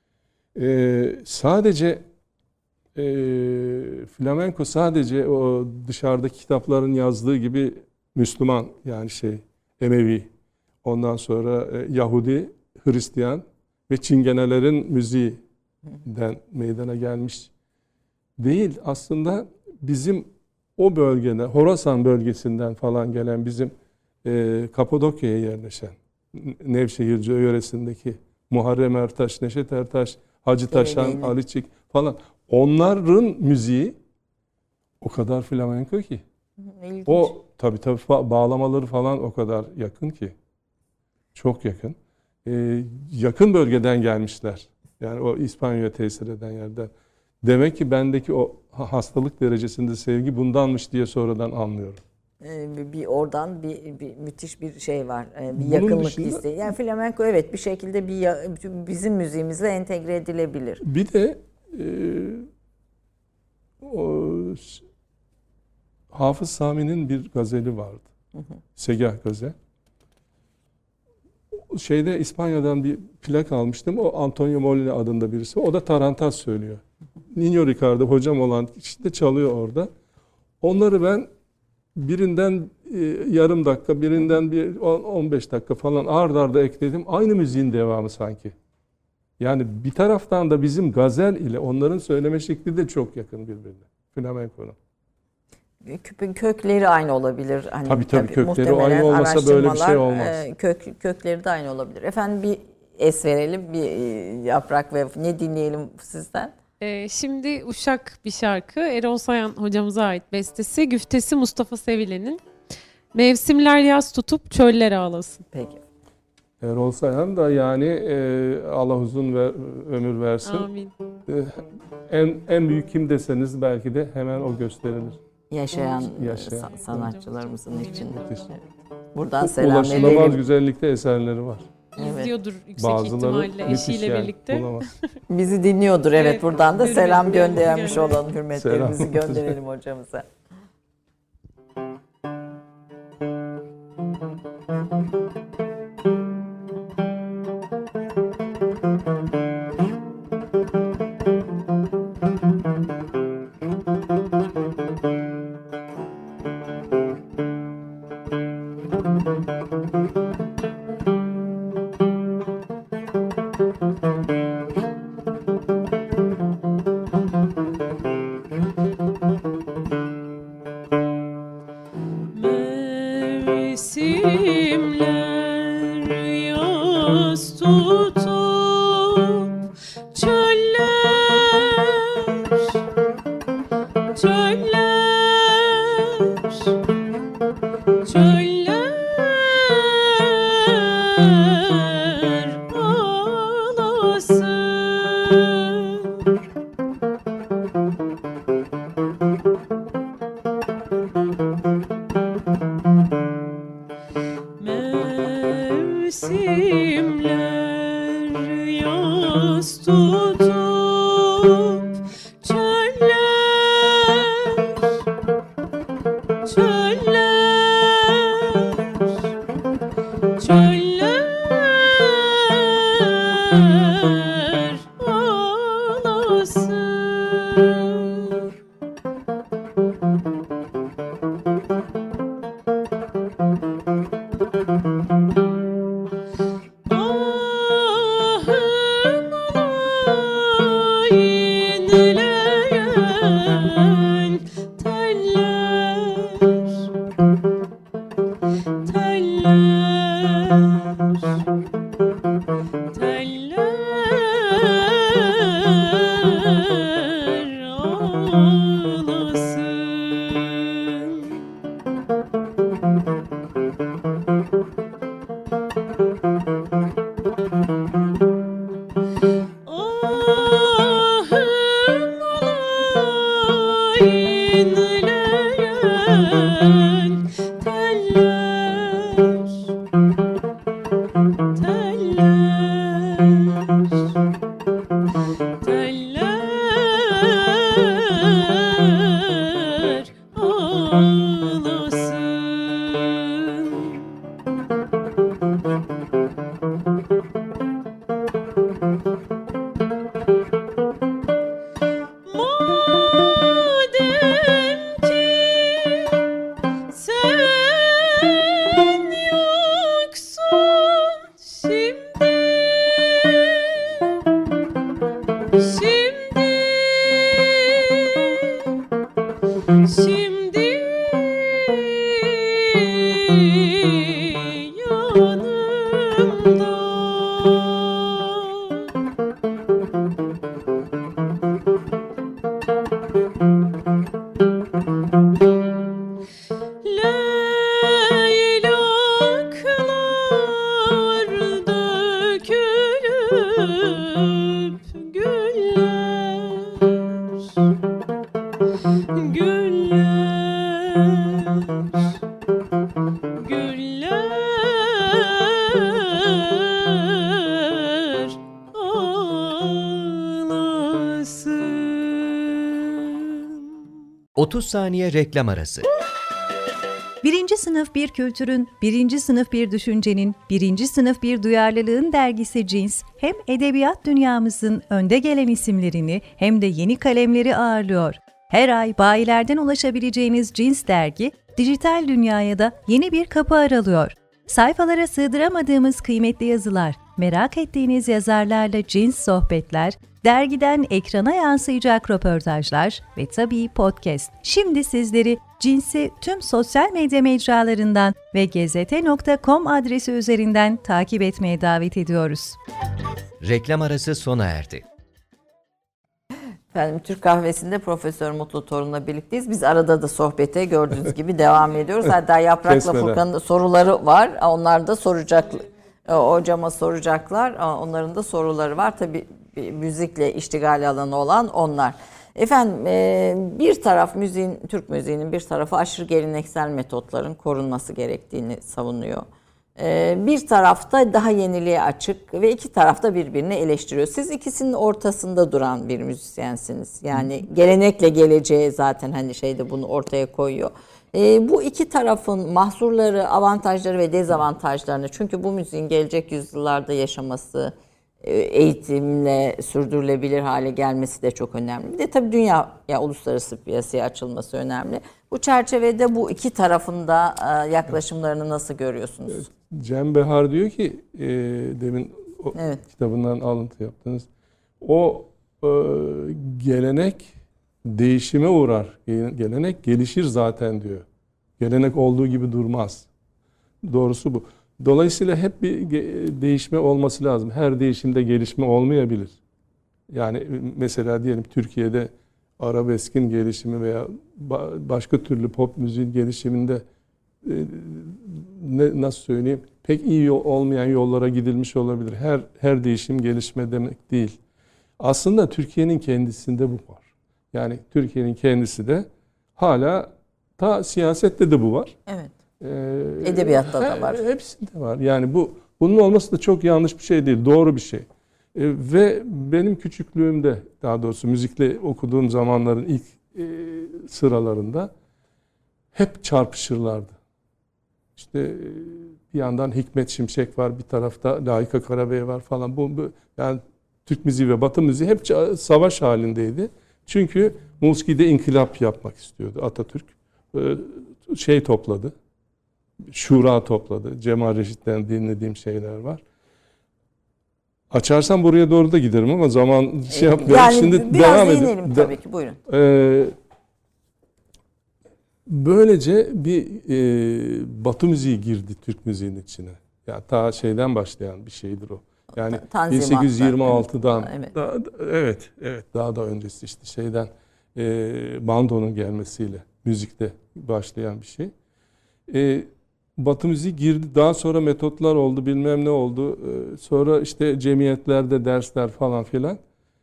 Ee, sadece e, flamenko sadece o dışarıdaki kitapların yazdığı gibi Müslüman, yani şey Emevi, ondan sonra e, Yahudi, Hristiyan ve Çingenelerin müziğinden meydana gelmiş değil. Aslında bizim o bölgede, Horasan bölgesinden falan gelen, bizim e, Kapadokya'ya yerleşen, Nevşehir yöresindeki Muharrem Ertaş, Neşet Ertaş, Hacı Taşan, Develi. Ali Çik falan, onların müziği o kadar flamenko ki. İlginç. O tabii tabii bağlamaları falan o kadar yakın ki. Çok yakın. Ee, yakın bölgeden gelmişler. Yani o İspanya'ya tesir eden yerden. Demek ki bendeki o hastalık derecesinde sevgi bundanmış diye sonradan anlıyorum. Ee, bir oradan bir, bir müthiş bir şey var. Ee, bir Bunun yakınlık dışında- isteği. Yani flamenko evet bir şekilde bir ya- bizim müziğimizle entegre edilebilir. Bir de e, o, Hafız Sami'nin bir gazeli vardı. Segah gazel. Şeyde İspanya'dan bir plak almıştım. O Antonio Molina adında birisi. O da tarantas söylüyor. Nino Ricardo hocam olan kişi de çalıyor orada. Onları ben birinden e, yarım dakika, birinden bir on beş dakika falan ard arda ekledim. Aynı müziğin devamı sanki. Yani bir taraftan da bizim gazel ile onların söyleme şekli de çok yakın birbirine. Flamenko'nun. Kö- Kökleri aynı olabilir. Hani Tabii, tabii, kökleri muhtemelen aynı olmasa böyle bir şey araştırmalar, olmaz. e, Kök, kökleri de aynı olabilir. Efendim bir es verelim, bir e, Yaprak ve ne dinleyelim sizden? Ee, şimdi Uşak bir şarkı. Erol Sayan hocamıza ait bestesi. Güftesi Mustafa Sevilen'in. Mevsimler yaz tutup çöller ağlasın. Peki. Erol Sayhan da yani e, Allah uzun ver, ömür versin. Amin. E, en en büyük kim deseniz belki de hemen o gösterilir. Yaşayan, Yaşayan. sa- sanatçılarımızın içinde. Müthiş. Buradan selam Ulaşılamaz edelim. güzellikte eserleri var. Evet. İzliyordur yüksek Bazıları ihtimalle müthiş eşiyle yani, birlikte. bulamaz. Bizi dinliyordur evet, Evet, buradan da hürmet- selam hürmetlerimizi göndermiş gönderelim. olalım. Hürmetlerimizi Selam. gönderelim hocamıza. Mevsimler yaz tutup çöller, çöller, çöller ağlasın. yaz tutup çöller, çöller, çöller ağlasın. otuz saniye reklam arası. Birinci sınıf bir kültürün, birinci sınıf bir düşüncenin, birinci sınıf bir duyarlılığın dergisi Cins, hem edebiyat dünyamızın önde gelen isimlerini hem de yeni kalemleri ağırlıyor. Her ay bayilerden ulaşabileceğiniz Cins dergi, dijital dünyaya da yeni bir kapı aralıyor. Sayfalara sığdıramadığımız kıymetli yazılar, merak ettiğiniz yazarlarla Cins sohbetler, dergiden ekrana yansıyacak röportajlar ve tabii podcast. Şimdi sizleri Cins'i tüm sosyal medya mecralarından ve gezete nokta com adresi üzerinden takip etmeye davet ediyoruz. Reklam arası sona erdi. Efendim, Türk Kahvesi'nde Profesör Mutlu Torun'la birlikteyiz. Biz arada da sohbete gördüğünüz gibi devam ediyoruz. Hatta Yaprak'la Furkan'ın soruları var. Onlar da soracak, hocama soracaklar. Onların da soruları var. Tabii müzikle iştigal alanı olan onlar. Efendim, bir taraf müziğin, Türk müziğinin bir tarafı aşırı geleneksel metotların korunması gerektiğini savunuyor. Bir tarafta daha yeniliğe açık ve iki tarafta birbirini eleştiriyor. Siz ikisinin ortasında duran bir müzisyensiniz. Yani gelenekle geleceğe zaten hani şeyde bunu ortaya koyuyor. Bu iki tarafın mahsurları, avantajları ve dezavantajlarını, çünkü bu müziğin gelecek yüzyıllarda yaşaması, eğitimle sürdürülebilir hale gelmesi de çok önemli. Bir de tabii dünya ya uluslararası piyasaya açılması önemli. Bu çerçevede bu iki tarafında yaklaşımlarını nasıl görüyorsunuz? Cem Behar diyor ki e, demin o evet. kitabından alıntı yaptınız. O e, gelenek değişime uğrar. Gelenek gelişir zaten diyor. Gelenek olduğu gibi durmaz. Doğrusu bu. Dolayısıyla hep bir değişme olması lazım. Her değişimde gelişme olmayabilir. Yani mesela diyelim Türkiye'de arabeskin gelişimi veya başka türlü pop müziğin gelişiminde ne, nasıl söyleyeyim, pek iyi olmayan yollara gidilmiş olabilir. Her her değişim gelişme demek değil. Aslında Türkiye'nin kendisinde bu var. Yani Türkiye'nin kendisi de hala ta siyasette de bu var. Evet. Ee, Edebiyatta da var. Hepsinde var. Yani bu bunun olması da çok yanlış bir şey değil. Doğru bir şey. ve benim küçüklüğümde, daha doğrusu müzikle okuduğum zamanların ilk e, sıralarında hep çarpışırlardı. İşte e, bir yandan Hikmet Şimşek var, bir tarafta Layıka Karabey var falan. Bu, bu yani Türk müziği ve Batı müziği hep savaş halindeydi. Çünkü Mulski'de inkılap yapmak istiyordu Atatürk. E, şey topladı, şura topladı. Cemal Reşit'ten dinlediğim şeyler var. Açarsam buraya doğru da giderim ama zaman şey yapmıyorum. Yani Şimdi biraz devam değinelim edelim. tabii ki, buyurun. Ee, böylece bir e, Batı müziği girdi Türk müziğinin içine. Yani ta şeyden başlayan bir şeydir o. Yani bin sekiz yüz yirmi altıdan evet. Daha, evet, evet daha da öncesi işte şeyden e, bandonun gelmesiyle müzikte başlayan bir şey. E, Batı müziği girdi. Daha sonra metotlar oldu, bilmem ne oldu. E, sonra işte cemiyetlerde dersler falan filan.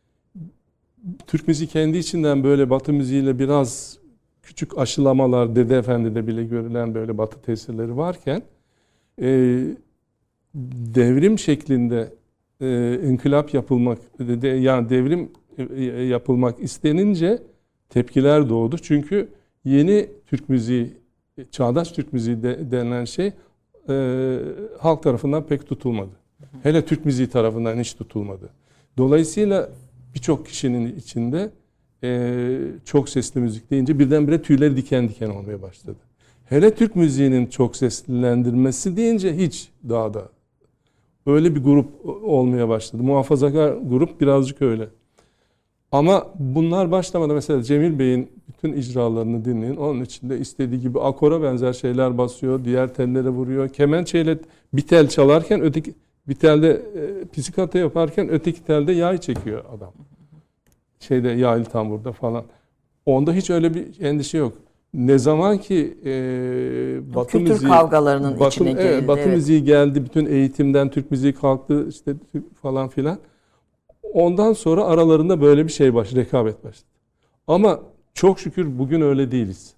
Türk müziği kendi içinden böyle Batı müziğiyle biraz küçük aşılamalar, Dede Efendi'de bile görülen böyle Batı tesirleri varken e, devrim şeklinde e, inkılap yapılmak, de, yani devrim e, yapılmak istenince tepkiler doğdu. Çünkü yeni Türk müziği, çağdaş Türk müziği de, denilen şey e, halk tarafından pek tutulmadı. Hele Türk müziği tarafından hiç tutulmadı. Dolayısıyla birçok kişinin içinde e, çok sesli müzik deyince birdenbire tüyleri diken diken olmaya başladı. Hele Türk müziğinin çok seslendirmesi deyince hiç daha da öyle bir grup olmaya başladı. Muhafazakar grup birazcık öyle. Ama bunlar başlamadı. Mesela Cemil Bey'in bütün icralarını dinleyin. Onun içinde istediği gibi akora benzer şeyler basıyor. Diğer tellere vuruyor. Kemençeyle bir tel çalarken öteki bir telde e, psikata yaparken öteki telde yay çekiyor adam. Şeyde yaylı tamburda falan. Onda hiç öyle bir endişe yok. Ne zaman ki e, Batı kültür müziği, kavgalarının Batı, içine girildi. evet, Batı evet. müziği geldi. Bütün eğitimden Türk müziği kalktı işte falan filan. Ondan sonra aralarında böyle bir şey baş, rekabet başladı. Ama çok şükür bugün öyle değiliz.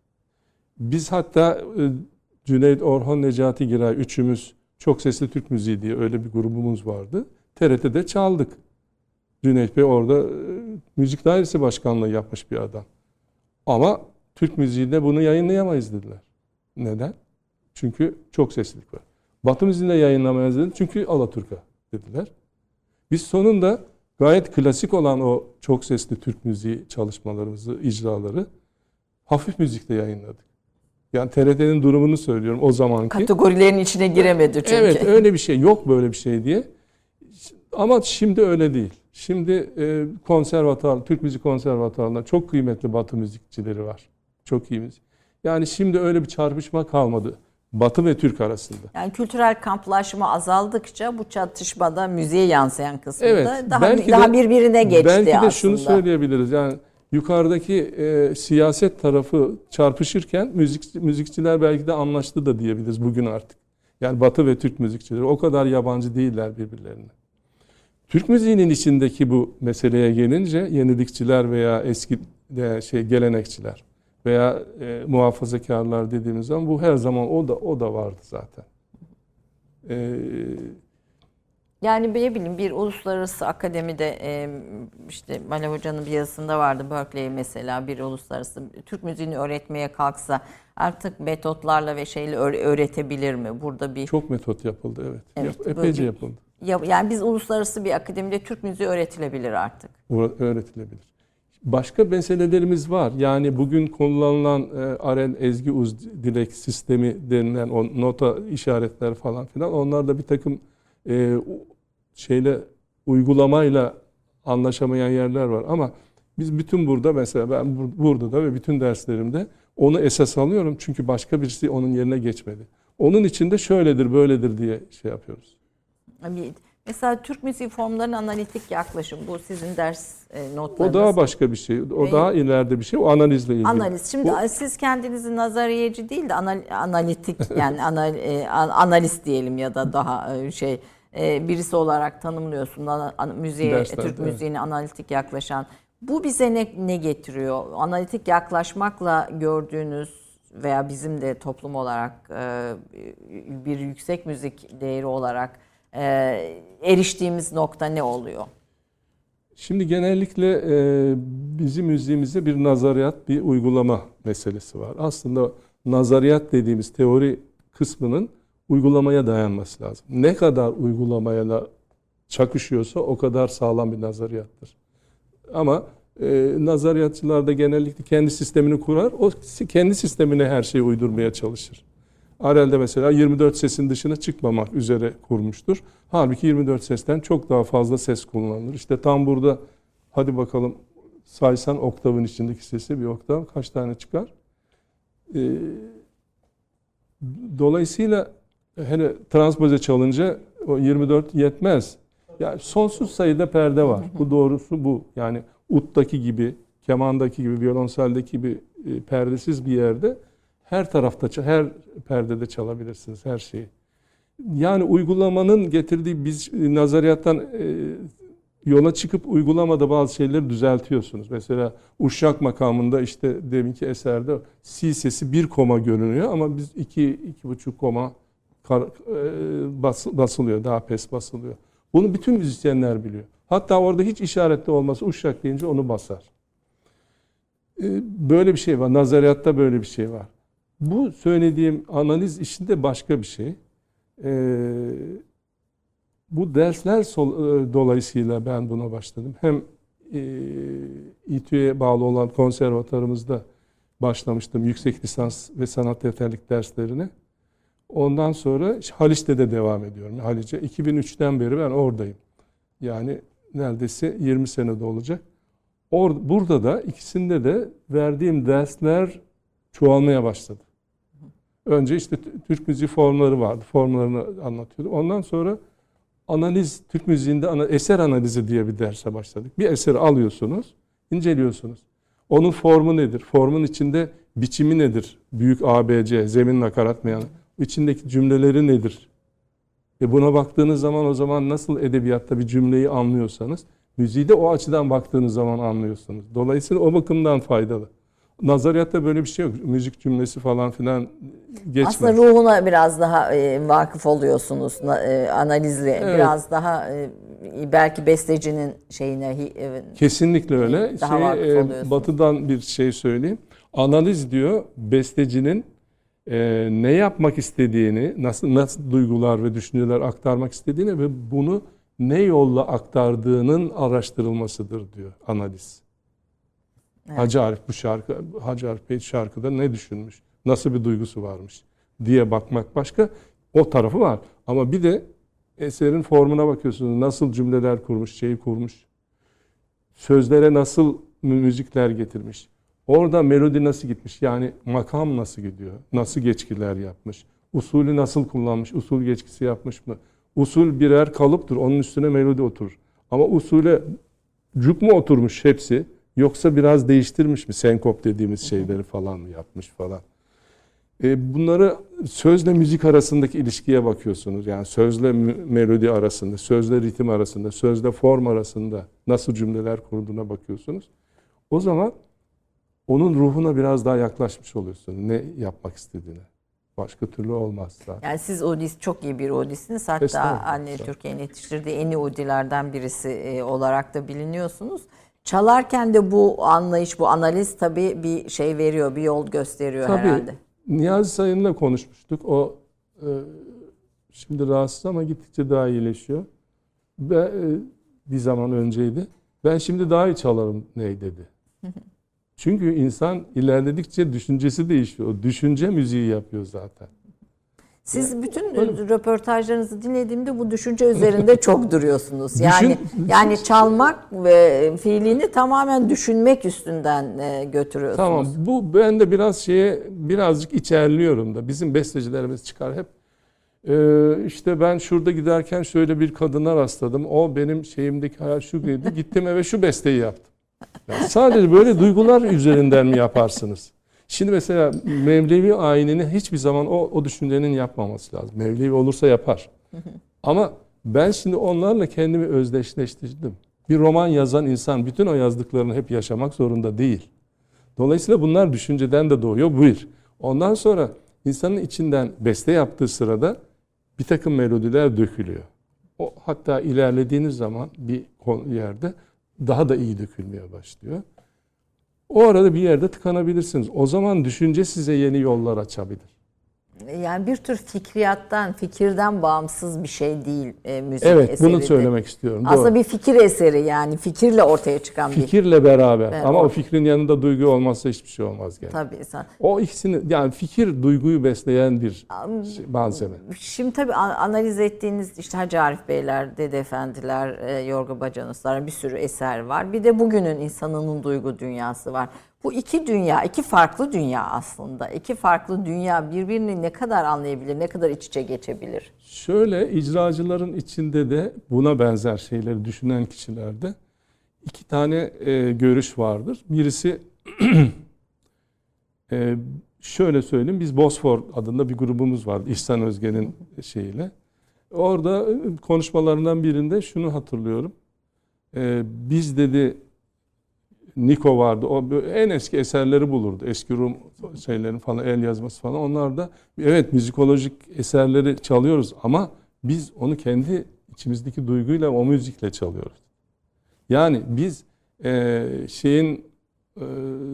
Biz hatta e, Cüneyt, Orhan, Necati Giray üçümüz Çok Sesli Türk Müziği diye öyle bir grubumuz vardı. T R T'de çaldık. Cüneyt Bey orada e, müzik dairesi başkanlığı yapmış bir adam. Ama Türk müziğinde bunu yayınlayamayız dediler. Neden? Çünkü çok seslilik var. Batı müziğinde yayınlamayız dediler. Çünkü Alaturka dediler. Biz sonunda gayet klasik olan o çok sesli Türk müziği çalışmalarımızı, icraları hafif müzikte yayınladık. Yani T R T'nin durumunu söylüyorum o zamanki. Kategorilerin içine giremedi çünkü. Evet, öyle bir şey yok, böyle bir şey diye. Ama şimdi öyle değil. Şimdi e, konservatuar, Türk Müzik Konservatuarı'nda çok kıymetli Batı müzikçileri var. Çok iyi müzik. Yani şimdi öyle bir çarpışma kalmadı Batı ve Türk arasında. Yani kültürel kamplaşma azaldıkça bu çatışmada müziğe yansıyan kısmında Evet, daha belki daha de, birbirine geçti belki de aslında. şunu söyleyebiliriz. Yani yukarıdaki e, siyaset tarafı çarpışırken müzik müzikçiler belki de anlaştı da diyebiliriz bugün artık. Yani Batı ve Türk müzikçileri o kadar yabancı değiller birbirlerine. Türk müziğinin içindeki bu meseleye gelince yenilikçiler veya eski de şey gelenekçiler veya e, muhafazakarlar dediğimiz zaman bu her zaman o da o da vardı zaten. E, Yani ne bileyim bir uluslararası akademide e, işte Malev Hoca'nın bir yazısında vardı, Berkeley mesela bir uluslararası Türk müziğini öğretmeye kalksa artık metotlarla ve şeyle öğretebilir mi? Burada bir çok metot yapıldı, evet. Evet, Yap, epeyce bir, yapıldı. Yani biz uluslararası bir akademide Türk müziği öğretilebilir artık. Öğretilebilir. Başka meselelerimiz var. Yani bugün kullanılan e, Aren ezgi uz dilek sistemi denilen o nota işaretler falan filan, onlar da bir takım e, şeyle uygulamayla anlaşamayan yerler var. Ama biz bütün burada mesela ben bur burada da ve bütün derslerimde onu esas alıyorum. Çünkü başka birisi onun yerine geçmedi. Onun için de şöyledir böyledir diye şey yapıyoruz. Mesela Türk müziği formlarının analitik yaklaşım, bu sizin ders e, notlarınız. O daha başka bir şey. O Ve daha ileride bir şey. O analizle ilgili. Analiz. Şimdi bu, siz kendinizi nazariyeci değil de anal analitik yani anal e, analist diyelim ya da daha e, şey e, birisi olarak tanımlıyorsun. An, an, müziğe, Derslerde, Türk müziğine evet. analitik yaklaşan. Bu bize ne, ne getiriyor? Analitik yaklaşmakla gördüğünüz veya bizim de toplum olarak e, bir yüksek müzik değeri olarak e, eriştiğimiz nokta ne oluyor? Şimdi genellikle e, bizim müziğimizde bir nazariyat, bir uygulama meselesi var. Aslında nazariyat dediğimiz teori kısmının uygulamaya dayanması lazım. Ne kadar uygulamaya da çakışıyorsa o kadar sağlam bir nazariyattır. Ama e, nazariyatçılar da genellikle kendi sistemini kurar, o kendi sistemine her şeyi uydurmaya çalışır. Arel'de mesela yirmi dört sesin dışına çıkmamak üzere kurmuştur. Halbuki yirmi dört sesten çok daha fazla ses kullanılır. İşte tam burada hadi bakalım saysan oktavın içindeki sesi bir oktav kaç tane çıkar? Ee, dolayısıyla hele transpoze çalınca o yirmi dört yetmez. Yani sonsuz sayıda perde var. Bu doğrusu bu. Yani uttaki gibi, kemandaki gibi, violonseldeki gibi e, perdesiz bir yerde her tarafta, her perdede çalabilirsiniz her şeyi. Yani uygulamanın getirdiği, biz nazariyattan e, yola çıkıp uygulamada bazı şeyleri düzeltiyorsunuz. Mesela Uşak makamında işte deminki eserde si sesi bir koma görünüyor ama biz iki, iki buçuk koma kar, e, bas, basılıyor, daha pes basılıyor. Bunu bütün müzisyenler biliyor. Hatta orada hiç işaretli olmasa Uşak deyince onu basar. E, böyle bir şey var. Nazariyatta böyle bir şey var. Bu söylediğim analiz işinde başka bir şey. Ee, bu dersler sol, e, dolayısıyla ben buna başladım. Hem e, İTÜ'ye bağlı olan konservatuarımızda başlamıştım yüksek lisans ve sanat yeterlik derslerine. Ondan sonra Haliç'te de devam ediyorum. Haliç'e iki bin üçten beri ben oradayım. Yani neredeyse yirmi senede olacak. Or, burada da ikisinde de verdiğim dersler çoğalmaya başladı. Önce işte Türk müziği formları vardı. Formlarını anlatıyordum. Ondan sonra analiz, Türk müziğinde ana, eser analizi diye bir derse başladık. Bir eseri alıyorsunuz, inceliyorsunuz. Onun formu nedir? Formun içinde biçimi nedir? Büyük A, B, C, zemin, nakarat, meyan. İçindeki cümleleri nedir? E buna baktığınız zaman o zaman nasıl edebiyatta bir cümleyi anlıyorsanız, müziği de o açıdan baktığınız zaman anlıyorsunuz. Dolayısıyla o bakımdan faydalı. Nazariyatta böyle bir şey yok. Müzik cümlesi falan filan geçmez. Aslında ruhuna biraz daha e, vakıf oluyorsunuz e, analizle. Evet. Biraz daha e, belki bestecinin şeyine e, kesinlikle öyle. Daha şey, vakıf oluyorsunuz. Batı'dan bir şey söyleyeyim. Analiz diyor bestecinin e, ne yapmak istediğini, nasıl nasıl duygular ve düşünceler aktarmak istediğini ve bunu ne yolla aktardığının araştırılmasıdır diyor analiz. Evet. Hacı Arif bu şarkı, Hacı Arif Bey şarkıda ne düşünmüş, nasıl bir duygusu varmış diye bakmak başka. O tarafı var. Ama bir de eserin formuna bakıyorsunuz. Nasıl cümleler kurmuş, şeyi kurmuş. Sözlere nasıl müzikler getirmiş. Orada melodi nasıl gitmiş, yani makam nasıl gidiyor, nasıl geçkiler yapmış, usulü nasıl kullanmış, usul geçkisi yapmış mı? Usul birer kalıptır, onun üstüne melodi oturur. Ama usule cuk mu oturmuş hepsi? Yoksa biraz değiştirmiş mi? Senkop dediğimiz şeyleri falan mı yapmış falan. E bunları sözle müzik arasındaki ilişkiye bakıyorsunuz. Yani sözle melodi arasında, sözle ritim arasında, sözle form arasında nasıl cümleler kurduğuna bakıyorsunuz. O zaman onun ruhuna biraz daha yaklaşmış oluyorsunuz. Ne yapmak istediğine. Başka türlü olmaz zaten. Yani siz Udis, çok iyi bir Udis'iniz. Hatta anne Türkiye'nin yetiştirdiği en iyi Udilerden birisi e, olarak da biliniyorsunuz. Çalarken de bu anlayış, bu analiz tabii bir şey veriyor, bir yol gösteriyor tabii, herhalde. Niyazi Sayın'la konuşmuştuk. O e, şimdi rahatsız ama gittikçe daha iyileşiyor. Ve e, bir zaman önceydi. Ben şimdi daha iyi çalarım ney dedi. Çünkü insan ilerledikçe düşüncesi değişiyor. O düşünce müziği yapıyor zaten. Siz yani, bütün öyle. Röportajlarınızı dinlediğimde bu düşünce üzerinde çok duruyorsunuz. Yani Düşün, yani çalmak ve fiilini tamamen düşünmek üstünden götürüyorsunuz. Tamam. Bu ben de biraz şeye birazcık içerliyorum da. Bizim bestecilerimiz çıkar hep. Ee, işte ben şurada giderken şöyle bir kadına rastladım. O benim şeyimdeki hayal şu gibiydi. Gittim eve şu besteyi yaptım. Yani sadece böyle duygular üzerinden mi yaparsınız? Şimdi mesela Mevlevi ayinini hiçbir zaman o, o düşüncenin yapmaması lazım. Mevlevi olursa yapar. Ama ben şimdi onlarla kendimi özdeşleştirdim. Bir roman yazan insan bütün o yazdıklarını hep yaşamak zorunda değil. Dolayısıyla bunlar düşünceden de doğuyor. Bu bir. Ondan sonra insanın içinden beste yaptığı sırada bir takım melodiler dökülüyor. O, hatta ilerlediğiniz zaman bir yerde daha da iyi dökülmeye başlıyor. O arada bir yerde tıkanabilirsiniz. O zaman düşünce size yeni yollar açabilir. Yani bir tür fikriyattan, fikirden bağımsız bir şey değil e, müzik Evet, eseri. bunu de. söylemek istiyorum. Aslında Doğru. bir fikir eseri, yani fikirle ortaya çıkan bir. Fikirle beraber. Ben Ama o- o fikrin yanında duygu olmazsa hiçbir şey olmaz yani. Tabii. Sen. O ikisini, yani fikir duyguyu besleyen bir şey- malzeme. Şimdi tabii an- analiz ettiğiniz işte Hacı Arif Beyler, Dede Efendiler, e, Yorgo Bacanoslar, bir sürü eser var. Bir de bugünün insanının duygu dünyası var. Bu iki dünya, iki farklı dünya aslında. İki farklı dünya birbirini ne kadar anlayabilir, ne kadar iç içe geçebilir? Şöyle, icracıların içinde de buna benzer şeyleri düşünen kişilerde iki tane e, görüş vardır. Birisi e, şöyle söyleyeyim, biz Bosfor adında bir grubumuz vardı İhsan Özge'nin şeyiyle. Orada konuşmalarından birinde şunu hatırlıyorum. E, biz dedi, Niko vardı. O en eski eserleri bulurdu. Eski Rum şeylerin falan, el yazması falan. Onlar da evet müzikolojik eserleri çalıyoruz ama biz onu kendi içimizdeki duyguyla, o müzikle çalıyoruz. Yani biz e, şeyin e,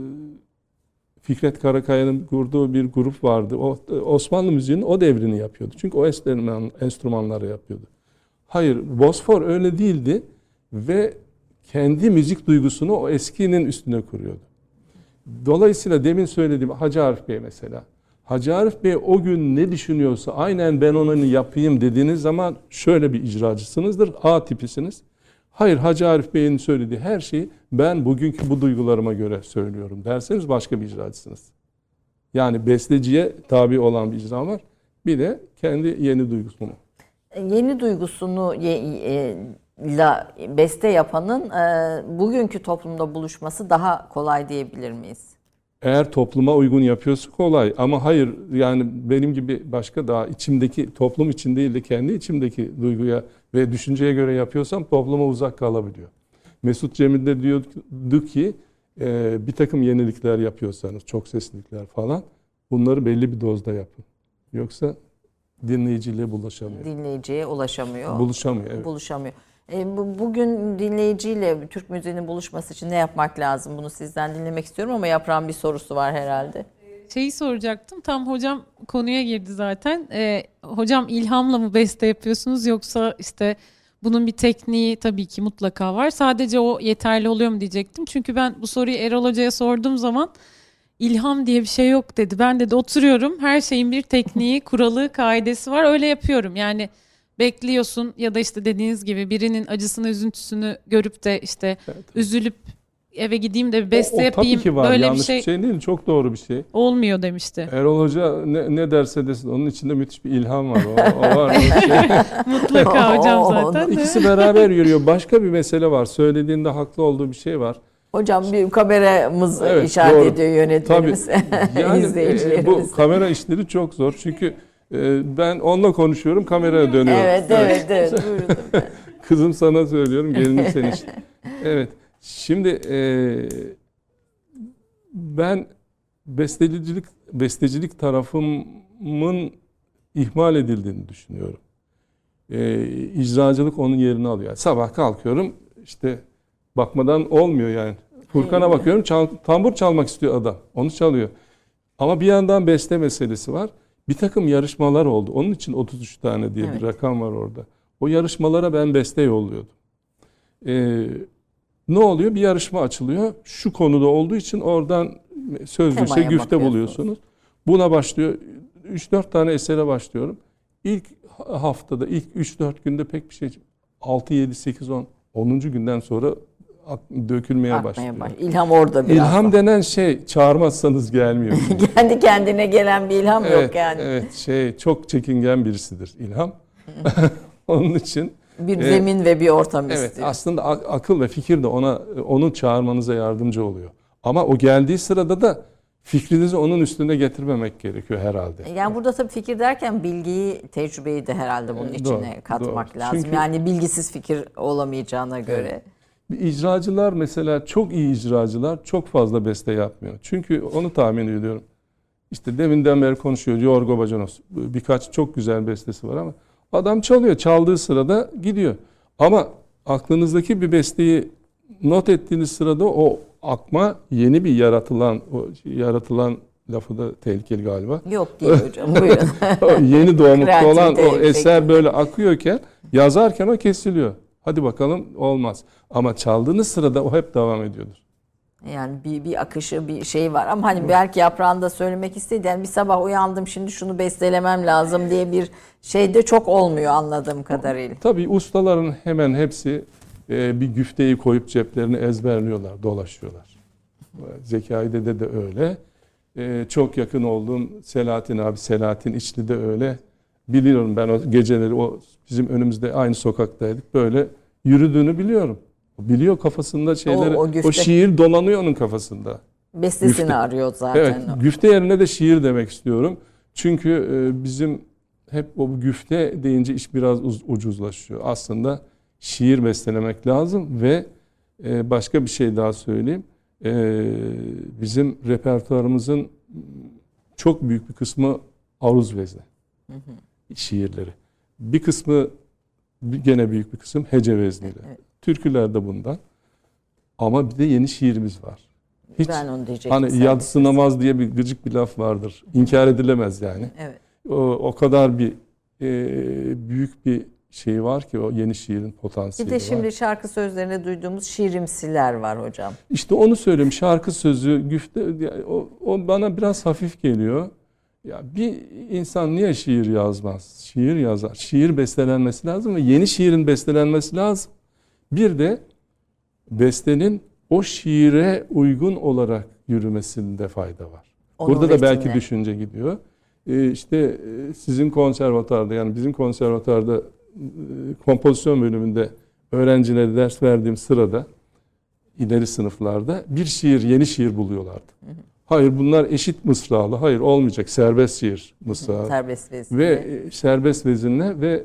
Fikret Karakaya'nın kurduğu bir grup vardı. O Osmanlı müziğinin o devrini yapıyordu. Çünkü o enstrüman, enstrümanları yapıyordu. Hayır, Bosfor öyle değildi ve kendi müzik duygusunu o eskinin üstüne kuruyordu. Dolayısıyla demin söylediğim Hacı Arif Bey mesela. Hacı Arif Bey o gün ne düşünüyorsa aynen ben onu yapayım dediğiniz zaman şöyle bir icracısınızdır. A tipisiniz. Hayır, Hacı Arif Bey'in söylediği her şeyi ben bugünkü bu duygularıma göre söylüyorum derseniz başka bir icracısınız. Yani besteciye tabi olan bir icra var. Bir de kendi yeni duygusunu. Yeni duygusunu ye, e, la beste yapanın e, bugünkü toplumda buluşması daha kolay diyebilir miyiz? Eğer topluma uygun yapıyorsa kolay. Ama hayır, yani benim gibi başka daha içimdeki, toplum için değil de kendi içimdeki duyguya ve düşünceye göre yapıyorsam topluma uzak kalabiliyor. Mesut Cemil de diyordu ki e, bir takım yenilikler yapıyorsanız, çok seslilikler falan, bunları belli bir dozda yapın. Yoksa dinleyiciliğe bulaşamıyor. Dinleyiciye ulaşamıyor. Buluşamıyor, evet. Buluşamıyor. E, bu, bugün dinleyiciyle Türk müziğinin buluşması için ne yapmak lazım? Bunu sizden dinlemek istiyorum ama Yaprağın bir sorusu var herhalde. Şeyi soracaktım. Tam hocam konuya girdi zaten. Ee, hocam ilhamla mı beste yapıyorsunuz yoksa işte bunun bir tekniği tabii ki mutlaka var. Sadece o yeterli oluyor mu diyecektim. Çünkü ben bu soruyu Erol Hoca'ya sorduğum zaman ilham diye bir şey yok dedi. Ben de oturuyorum. Her şeyin bir tekniği, kuralı, kaidesi var. Öyle yapıyorum. Yani bekliyorsun ya da işte dediğiniz gibi birinin acısını, üzüntüsünü görüp de işte Evet. üzülüp eve gideyim de bir beste O, o yapayım. tabii ki var. Böyle Yanlış bir şey, bir şey değil. Çok doğru bir şey. olmuyor demişti. Erol Hoca ne, ne derse desin onun içinde müthiş bir ilham var. O, o var. O şey. Mutlaka hocam Oo, zaten de. İkisi beraber yürüyor. Başka bir mesele var. Söylediğinde haklı olduğu bir şey var. Hocam bir kameramız Evet, işaret doğru. ediyor yönetmenimiz. Yani e, İzleyicilerimiz. bu kamera işleri çok zor. Çünkü e, ben onunla konuşuyorum, kameraya dönüyorum. Evet, evet, evet. Buyurun. Kızım sana söylüyorum, gelinim senin için. Evet. Şimdi e, ben bestecilik bestecilik tarafımın ihmal edildiğini düşünüyorum. E, icracılık onun yerini alıyor. Yani sabah kalkıyorum, işte bakmadan olmuyor yani. Furkan'a bakıyorum, çal, tambur çalmak istiyor adam. Onu çalıyor. Ama bir yandan beste meselesi var. Bir takım yarışmalar oldu. Onun için otuz üç tane diye Evet. bir rakam var orada. O yarışmalara ben beste yolluyordum. Ee, ne oluyor? Bir yarışma açılıyor. Şu konuda olduğu için oradan sözlüse, Temaya güfte bakıyorsunuz. buluyorsunuz. Buna başlıyor. üç dört tane esere başlıyorum. İlk haftada, ilk üç dört günde pek bir şey. altı yedi sekiz on onuncu günden sonra dökülmeye Artmaya başlıyor. baş- İlham orada biraz. İlham denen şey çağırmazsanız gelmiyor. Kendi kendine gelen bir ilham evet, yok yani. evet, şey çok çekingen birisidir İlham. Onun için Bir e, zemin ve bir ortam evet, istiyor. aslında ak- akıl ve fikir de ona onu çağırmanıza yardımcı oluyor. Ama o geldiği sırada da fikrinizi onun üstüne getirmemek gerekiyor herhalde. Yani burada tabii fikir derken bilgiyi, tecrübeyi de herhalde bunun Evet, içine doğru, katmak doğru. lazım. Çünkü- Yani bilgisiz fikir olamayacağına göre. Bir icracılar mesela, çok iyi icracılar çok fazla beste yapmıyor. Çünkü onu tahmin ediyorum. İşte deminden beri konuşuyor Yorgo Bacanos. Birkaç çok güzel bestesi var ama Adam çalıyor. Çaldığı sırada gidiyor. Ama aklınızdaki bir besteyi not ettiğiniz sırada o akma yeni bir yaratılan, o yaratılan lafı da tehlikeli galiba. Yok değil hocam, buyurun. O yeni doğmukta olan o Kreativite eser yüksek. böyle akıyorken, yazarken o kesiliyor. Hadi bakalım, olmaz. Ama çaldığınız sırada o hep devam ediyordur. Yani bir, bir akışı, bir şey var ama hani belki Yaprağın da söylemek istedi. Yani bir sabah uyandım, şimdi şunu bestelemem lazım diye bir şey de çok olmuyor anladığım kadarıyla. Tabii ustaların hemen hepsi e, bir güfteyi koyup ceplerini ezberliyorlar, dolaşıyorlar. Zekai Dede de öyle. E, çok yakın olduğum Selahattin abi, Selahattin İçli de öyle. Biliyorum ben o geceleri, o bizim önümüzde aynı sokaktaydık. Böyle yürüdüğünü biliyorum. Biliyor kafasında şeyleri. O- O, o güfte- şiir dolanıyor onun kafasında. Bestesini Güfte. arıyor zaten. Evet, o. güfte yerine de şiir demek istiyorum. Çünkü e, bizim hep o güfte deyince iş biraz uz- ucuzlaşıyor. Aslında şiir bestelemek lazım ve e, başka bir şey daha söyleyeyim. E, bizim repertuarımızın çok büyük bir kısmı aruz vezne. Şiirleri. Bir kısmı, gene büyük bir kısım hece vezniyle. Evet. Türküler de bundan. Ama bir de yeni şiirimiz var. Hiç, Ben onu diyecektim. hani sen yadsınamaz diye bir gıcık bir laf vardır. İnkar edilemez yani. Evet. O, o kadar bir e, büyük bir şey var ki o yeni şiirin Bir potansiyeli de şimdi var. şarkı sözlerinde duyduğumuz şiirimsiler var hocam. İşte onu söyleyeyim. Şarkı sözü, güfte, o, o bana biraz hafif geliyor. Ya bir insan niye şiir yazmaz? Şiir yazar. Şiir bestelenmesi lazım ve yeni şiirin bestelenmesi lazım. Bir de bestenin o şiire uygun olarak yürümesinde fayda var. Onun Burada da belki ritmine. düşünce gidiyor. Ee, işte e, sizin konservatuarda, yani bizim konservatuarda e, kompozisyon bölümünde öğrencilere ders verdiğim sırada ileri sınıflarda bir şiir, yeni şiir buluyorlardı. Hayır, bunlar eşit mısralı. Hayır, olmayacak. Serbest şiir mısralı. Serbest vezin. Ve e, serbest vezinle ve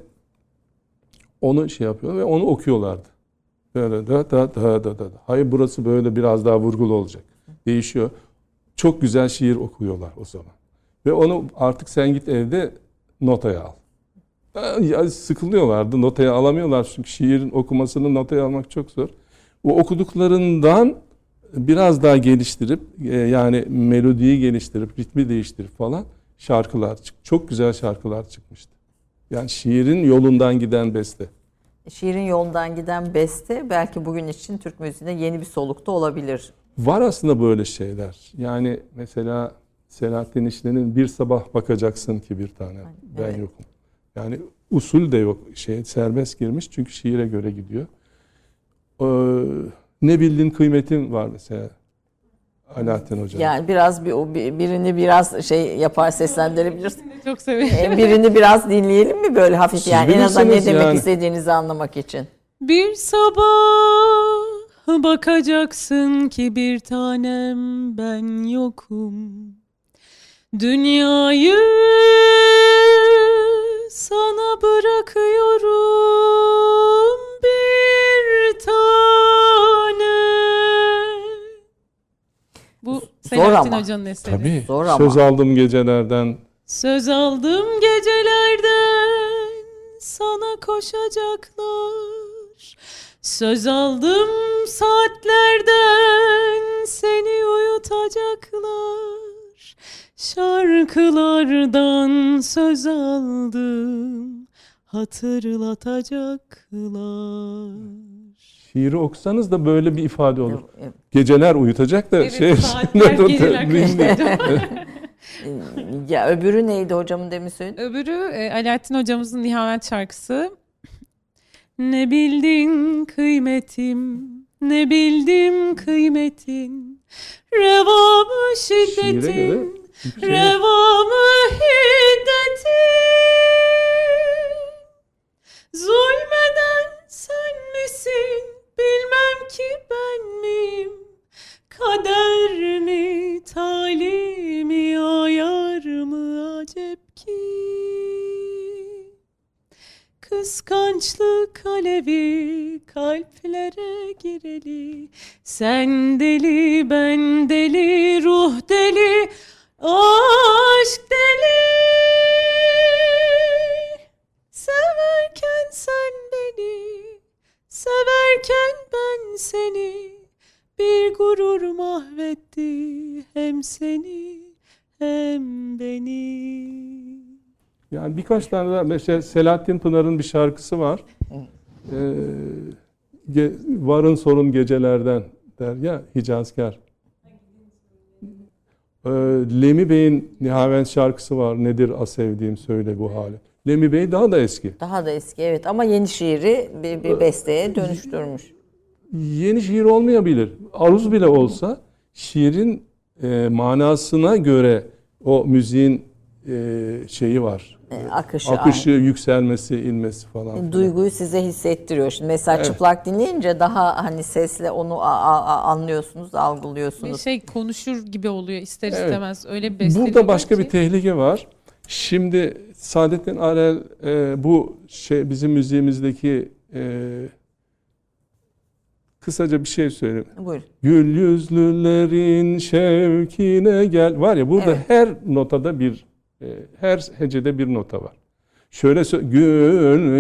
onu şey yapıyor ve onu okuyorlardı. Böyle da da da da da. Hayır, burası böyle biraz daha vurgulu olacak. Değişiyor. Çok güzel şiir okuyorlar o zaman. Ve onu artık sen git evde notaya al. Ya sıkılıyorlardı. Notaya alamıyorlar çünkü şiirin okumasını notaya almak çok zor. O okuduklarından biraz daha geliştirip e, yani melodiyi geliştirip ritmi değiştirip falan şarkılar çık. Çok güzel şarkılar çıkmıştı. Yani şiirin yolundan giden beste. Şiirin yolundan giden beste belki bugün için Türk müziğinde yeni bir solukta olabilir. Var aslında böyle şeyler. Yani mesela Selahattin İşler'in Bir Sabah Bakacaksın Ki Bir Tane Ben evet. Yokum. Yani usul de yok. Şey, serbest girmiş çünkü şiire göre gidiyor. Ee, ne bildiğin kıymetin var mesela Alaaddin Hocam. Yani biraz bir o bir- birini biraz şey yapar, seslendirebilirsin. Çok severim. E, birini biraz dinleyelim mi böyle hafif, Siz yani en azından ne bilirsiniz demek yani. istediğinizi anlamak için. Bir sabah bakacaksın ki bir tanem ben yokum. Dünyayı sana bırakıyorum bir tane. Bu Selahattin ama. Hoca'nın eseri. Tabii. Zor ama. Söz aldım gecelerden. Söz aldım gecelerden sana koşacaklar. Söz aldım saatlerden seni uyutacaklar. Şarkılardan söz aldım hatırlatacaklar. Şiiri okusanız da böyle bir ifade olur. Evet. Geceler uyutacak da Evet, şey. saatler, geceler Bilmiyorum. Ya öbürü neydi hocamın demin söyledi? Öbürü e, Alaaddin hocamızın Nihavet şarkısı. Ne bildin kıymetim, ne bildim kıymetin, revamı Şiire göre şiddetin, yüksek. revamı hiddetin. Zulmeden sen misin, bilmem ki ben miyim, kader mi, talih mi, ayar mı acep ki? Kıskançlık alevi kalplere gireli. Sen deli, ben deli, ruh deli, aşk deli. Severken sen beni, severken ben seni, bir gurur mahvetti hem seni hem beni. Yani birkaç tane daha, mesela Selahattin Pınar'ın bir şarkısı var. Ee, ge, varın sorun gecelerden der ya Hicazkar. Ee, Lemi Bey'in Nihavent şarkısı var. Nedir a sevdiğim söyle bu hali. Lemi Bey daha da eski. Daha da eski evet ama yeni şiiri bir, bir besteye dönüştürmüş. Yeni şiir olmayabilir. Aruz bile olsa şiirin e, manasına göre o müziğin e, şeyi var. E, akışı, Akışı, yükselmesi, inmesi falan. filan. Duyguyu size hissettiriyor. Şimdi mesela evet. Çıplak dinleyince daha hani sesle onu a- a- anlıyorsunuz, algılıyorsunuz. Bir şey konuşur gibi oluyor ister Evet. istemez. Öyle bir besteli Burada başka ki. bir tehlike var. Şimdi Saadettin Arel e, bu şey bizim müziğimizdeki e, kısaca bir şey söyleyeyim. Buyurun. Gül yüzlülerin şevkine gel. Var ya burada Evet. her notada bir, e, her hecede bir nota var. Şöyle sö- gül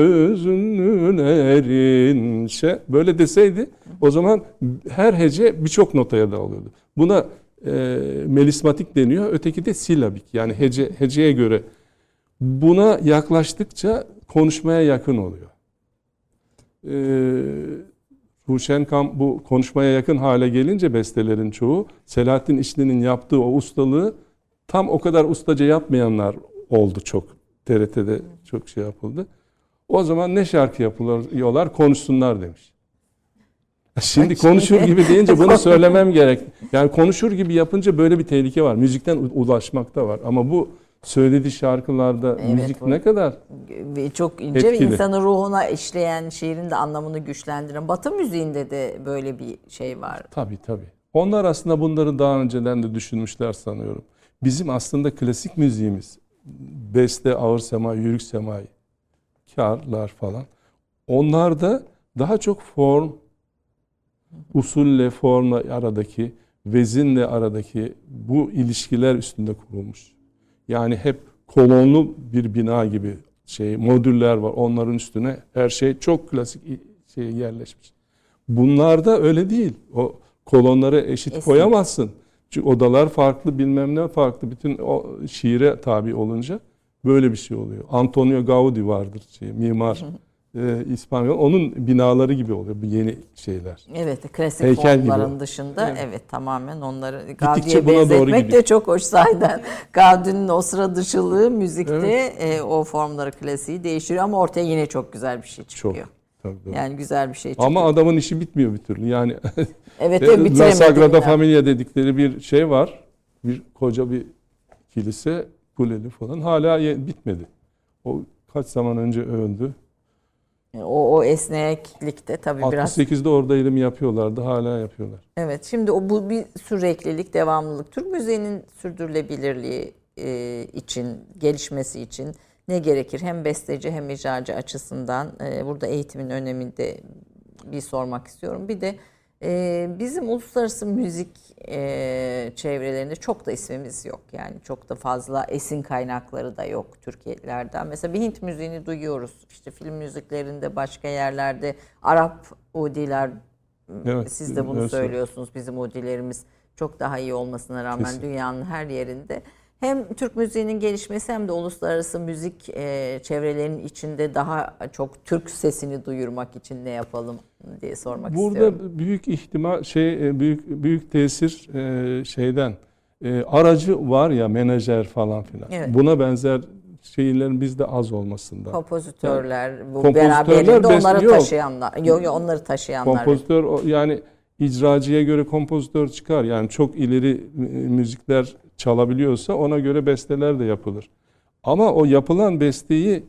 yüzlülerin şey böyle deseydi o zaman her hece birçok notaya dağılıyordu. Buna e, melismatik deniyor. Öteki de silabik. Yani hece heceye göre. Buna yaklaştıkça konuşmaya yakın oluyor. Eee Ruşenkam bu konuşmaya yakın hale gelince bestelerin çoğu Selahattin İşli'nin yaptığı o ustalığı tam o kadar ustaca yapmayanlar oldu çok. T R T'de çok şey yapıldı. O zaman ne şarkı yapıyorlar? Konuşsunlar demiş. Şimdi konuşur gibi deyince bunu söylemem gerek. Yani konuşur gibi yapınca böyle bir tehlike var. Müzikten ulaşmakta var. Ama bu söylediği şarkılarda Evet, müzik bu. ne kadar Ve çok ince etkili. ve insanın ruhuna işleyen, şiirin de anlamını güçlendiren. Batı müziğinde de böyle bir şey var. Tabii tabii. Onlar aslında bunları daha önceden de düşünmüşler sanıyorum. Bizim aslında klasik müziğimiz, beste, ağır semai, yürük semai, kârlar falan. Onlarda daha çok form, usulle formla aradaki, vezinle aradaki bu ilişkiler üstünde kurulmuş. Yani hep kolonlu bir bina gibi şey, modüller var. Onların üstüne her şey çok klasik şey yerleşmiş. Bunlarda öyle değil. O kolonları eşit Eski. koyamazsın. Çünkü odalar farklı, bilmem ne farklı. Bütün o şiire tabi olunca böyle bir şey oluyor. Antonio Gaudi vardır, şey, mimar e, İspanyol. Onun binaları gibi oluyor bu yeni şeyler. Evet, klasik Heykel gibi formların o. dışında evet. Evet. tamamen onları Gittikçe Gaudi'ye buna doğru benzetmek de gidiyor. çok hoş sahiden. Gaudi'nin o sıra dışılığı müzikte Evet. e, o formları klasiği değiştiriyor ama ortaya yine çok güzel bir şey çıkıyor. Çok. Tabii, doğru. Yani güzel bir şey çıkıyor. Ama adamın işi bitmiyor bir türlü. Yani evet, La evet bitiremedi. Sagrada bile. Familia dedikleri bir şey var. Bir koca bir kilise, kuleli falan. Hala ye- bitmedi. O kaç zaman önce öldü. O, o esneklikte tabii altmış biraz. sekizde oradaydım yapıyorlardı. Hala yapıyorlar. Evet, şimdi o bu bir süreklilik, devamlılık. Türk müziğinin sürdürülebilirliği e, için, gelişmesi için ne gerekir? Hem besteci hem icracı açısından e, burada eğitimin önemini de bir sormak istiyorum. Bir de e, bizim uluslararası müzik e, çevrelerinde çok da ismimiz yok. Yani çok da fazla esin kaynakları da yok Türkiye'lilerden. Mesela bir Hint müziğini duyuyoruz. İşte film müziklerinde, başka yerlerde Arap udiler. Evet, Siz de bunu evet. söylüyorsunuz. Bizim udilerimiz çok daha iyi olmasına rağmen Kesin. dünyanın her yerinde. Hem Türk müziğinin gelişmesi hem de uluslararası müzik e, çevrelerinin içinde daha çok Türk sesini duyurmak için ne yapalım diye sormak Burada istiyorum. Burada büyük ihtimal şey büyük büyük tesir e, şeyden e, aracı var ya menajer falan filan. Evet. Buna benzer şeylerin bizde az olmasından. Kompozitörler, bu Kompozitörler beraberinde bes- onları yok. taşıyanlar. Yok yok onları taşıyanlar. Kompozitör o- yani icracıya göre kompozitör çıkar. Yani çok ileri e, müzikler çalabiliyorsa ona göre besteler de yapılır. Ama o yapılan besteyi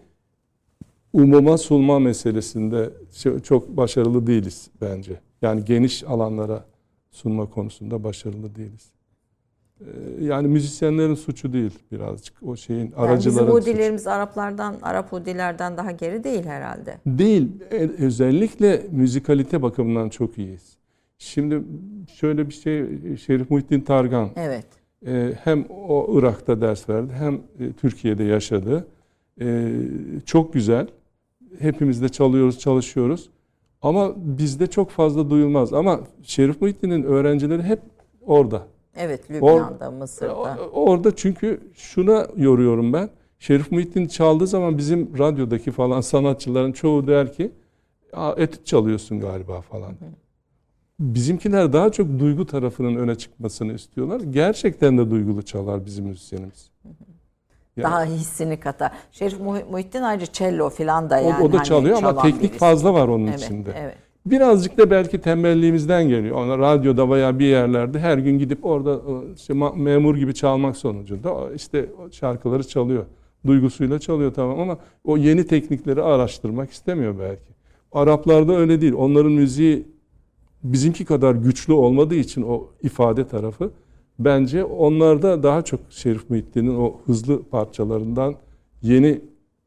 umuma sunma meselesinde ço- çok başarılı değiliz bence. Yani geniş alanlara sunma konusunda başarılı değiliz. Ee, Yani müzisyenlerin suçu değil birazcık. O şeyin Yani aracıların bizim suçu. udilerimiz Araplardan, Arap udilerden daha geri değil herhalde. Değil. E, Özellikle müzikalite bakımından çok iyiyiz. Şimdi şöyle bir şey, Şerif Muhittin Targan Evet. e, hem o Irak'ta ders verdi hem e, Türkiye'de yaşadı. Ee, çok güzel. Hepimiz de çalıyoruz, çalışıyoruz. Ama bizde çok fazla duyulmaz. Ama Şerif Muhittin'in öğrencileri hep orada. Evet, Lübnan'da, Mısır'da. Orada çünkü şuna yoruyorum ben. Şerif Muhittin çaldığı zaman bizim radyodaki falan sanatçıların çoğu der ki etüt çalıyorsun galiba falan. Bizimkiler daha çok duygu tarafının öne çıkmasını istiyorlar. Gerçekten de duygulu çalar bizim müzisyenimiz. Yani, daha hissini katar. Şerif Muhittin ayrıca cello falan da yani. O, o da hani çalıyor ama teknik birisi. fazla var onun evet, içinde. Evet. Birazcık da belki tembelliğimizden geliyor. Ona radyoda veya bir yerlerde her gün gidip orada işte memur gibi çalmak sonucunda işte şarkıları çalıyor. Duygusuyla çalıyor tamam ama o yeni teknikleri araştırmak istemiyor belki. Araplarda öyle değil. Onların müziği bizimki kadar güçlü olmadığı için o ifade tarafı bence onlarda daha çok Şerif Muhittin'in o hızlı parçalarından yeni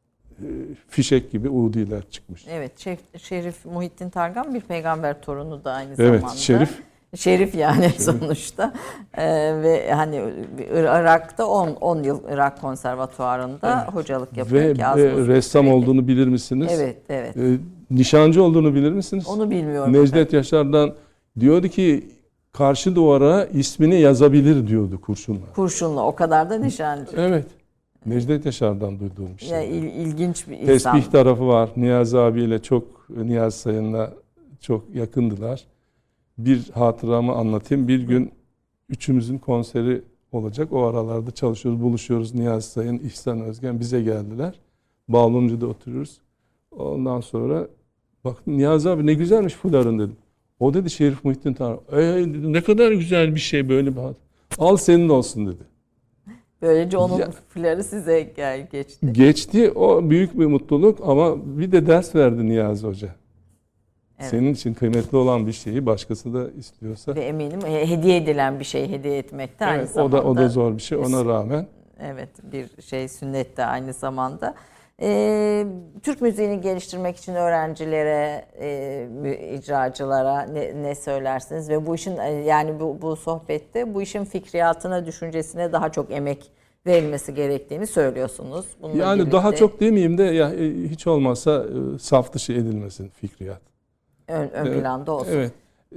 fişek gibi udiler çıkmış. Evet, Şerif Muhittin Targan bir peygamber torunu da aynı evet, zamanda. Şerif. Şerif yani Şerif. Sonuçta. Ee, ve hani Irak'ta on yıl Irak Konservatuvarı'nda evet. hocalık yapıyor. Ve, ki ve ressam sürekli. olduğunu bilir misiniz? Evet, evet. Ee, nişancı olduğunu bilir misiniz? Onu bilmiyorum. Necdet efendim. Yaşar'dan diyordu ki karşı duvara ismini yazabilir diyordu kurşunla. Kurşunla, o kadar da nişancı. Evet. Necdet Yaşar'dan duyduğum bir şey. Ya, il, ilginç bir insan. Tesbih tarafı var. Niyazi abiyle çok, Niyazi Sayın'la çok yakındılar. Bir hatıramı anlatayım. Bir gün üçümüzün konseri olacak. O aralarda çalışıyoruz, buluşuyoruz. Niyazi Sayın, İhsan Özgen bize geldiler. Bağlumcu'da oturuyoruz. Ondan sonra baktım Niyazi abi ne güzelmiş fuların dedim. O dedi Şerif Muhittin Tarhan. E, ne kadar güzel bir şey böyle bir hat. Al senin olsun dedi. Böylece onun ya, fuları size gel geçti. Geçti. O büyük bir mutluluk ama bir de ders verdi Niyazi Hoca. Evet. Senin için kıymetli olan bir şeyi başkası da istiyorsa. Ve eminim hediye edilen bir şey hediye etmek de aynı evet, zamanda. O da, o da zor bir şey ona rağmen. Evet, bir şey sünnet de aynı zamanda. Ee, Türk müziğini geliştirmek için öğrencilere, e, icracılara ne, ne söylersiniz? Ve bu işin yani bu, bu sohbette bu işin fikriyatına, düşüncesine daha çok emek verilmesi gerektiğini söylüyorsunuz. Bununla yani birlikte, daha çok demeyeyim de ya hiç olmazsa saf dışı edilmesin fikriyat. Ön, ön evet, planda olsun. Evet.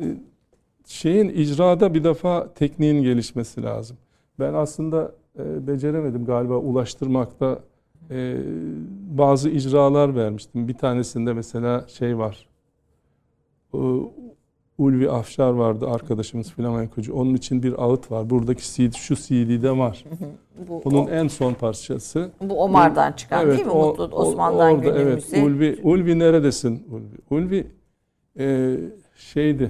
Şeyin icrada bir defa tekniğin gelişmesi lazım. Ben aslında e, beceremedim galiba ulaştırmakta. Ee, bazı icralar vermiştim. Bir tanesinde mesela şey var. Ee, Ulvi Afşar vardı arkadaşımız flamenkocu. Onun için bir ağıt var. Buradaki C D, şu C D'de var. bu, Bunun o, en son parçası. Bu Omar'dan çıkan evet, değil mi? O, Mutlu Osman'dan orada, günümüzü. Evet. Ulvi, Ulvi neredesin? Ulvi, Ulvi e, şeydi.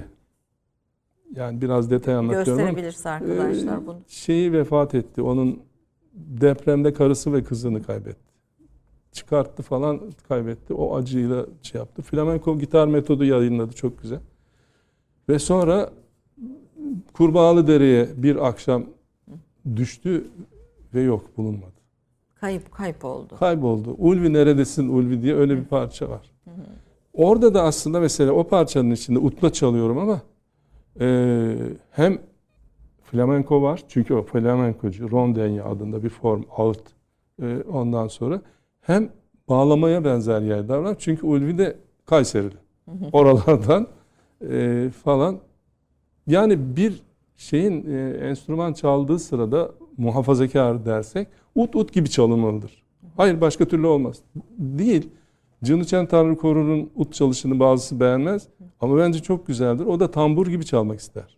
Yani biraz detay anlatıyorum. Gösterebilirse arkadaşlar e, bunu. Şeyi vefat etti. Onun depremde karısı ve kızını kaybetti. Çıkarttı falan kaybetti. O acıyla şey yaptı. Flamenko gitar metodu yayınladı çok güzel. Ve sonra Kurbağalıdere'ye bir akşam düştü ve yok bulunmadı. Kayıp kayıp oldu. Kayboldu. Ulvi neredesin Ulvi diye öyle bir parça var. Hı hı. Orada da aslında mesela o parçanın içinde utla çalıyorum ama e, hem flamenko var. Çünkü o flamenkocu rondenya adında bir form ağıt. E, ondan sonra hem bağlamaya benzer yerler var. Çünkü Ulvi de Kayserili. Hı hı. Oralardan e, falan. Yani bir şeyin e, enstrüman çaldığı sırada muhafazakar dersek ut ut gibi çalınmalıdır. Hayır başka türlü olmaz. Değil. Cınıçen Tanrı Koru'nun ut çalışını bazısı beğenmez. Ama bence çok güzeldir. O da tambur gibi çalmak ister.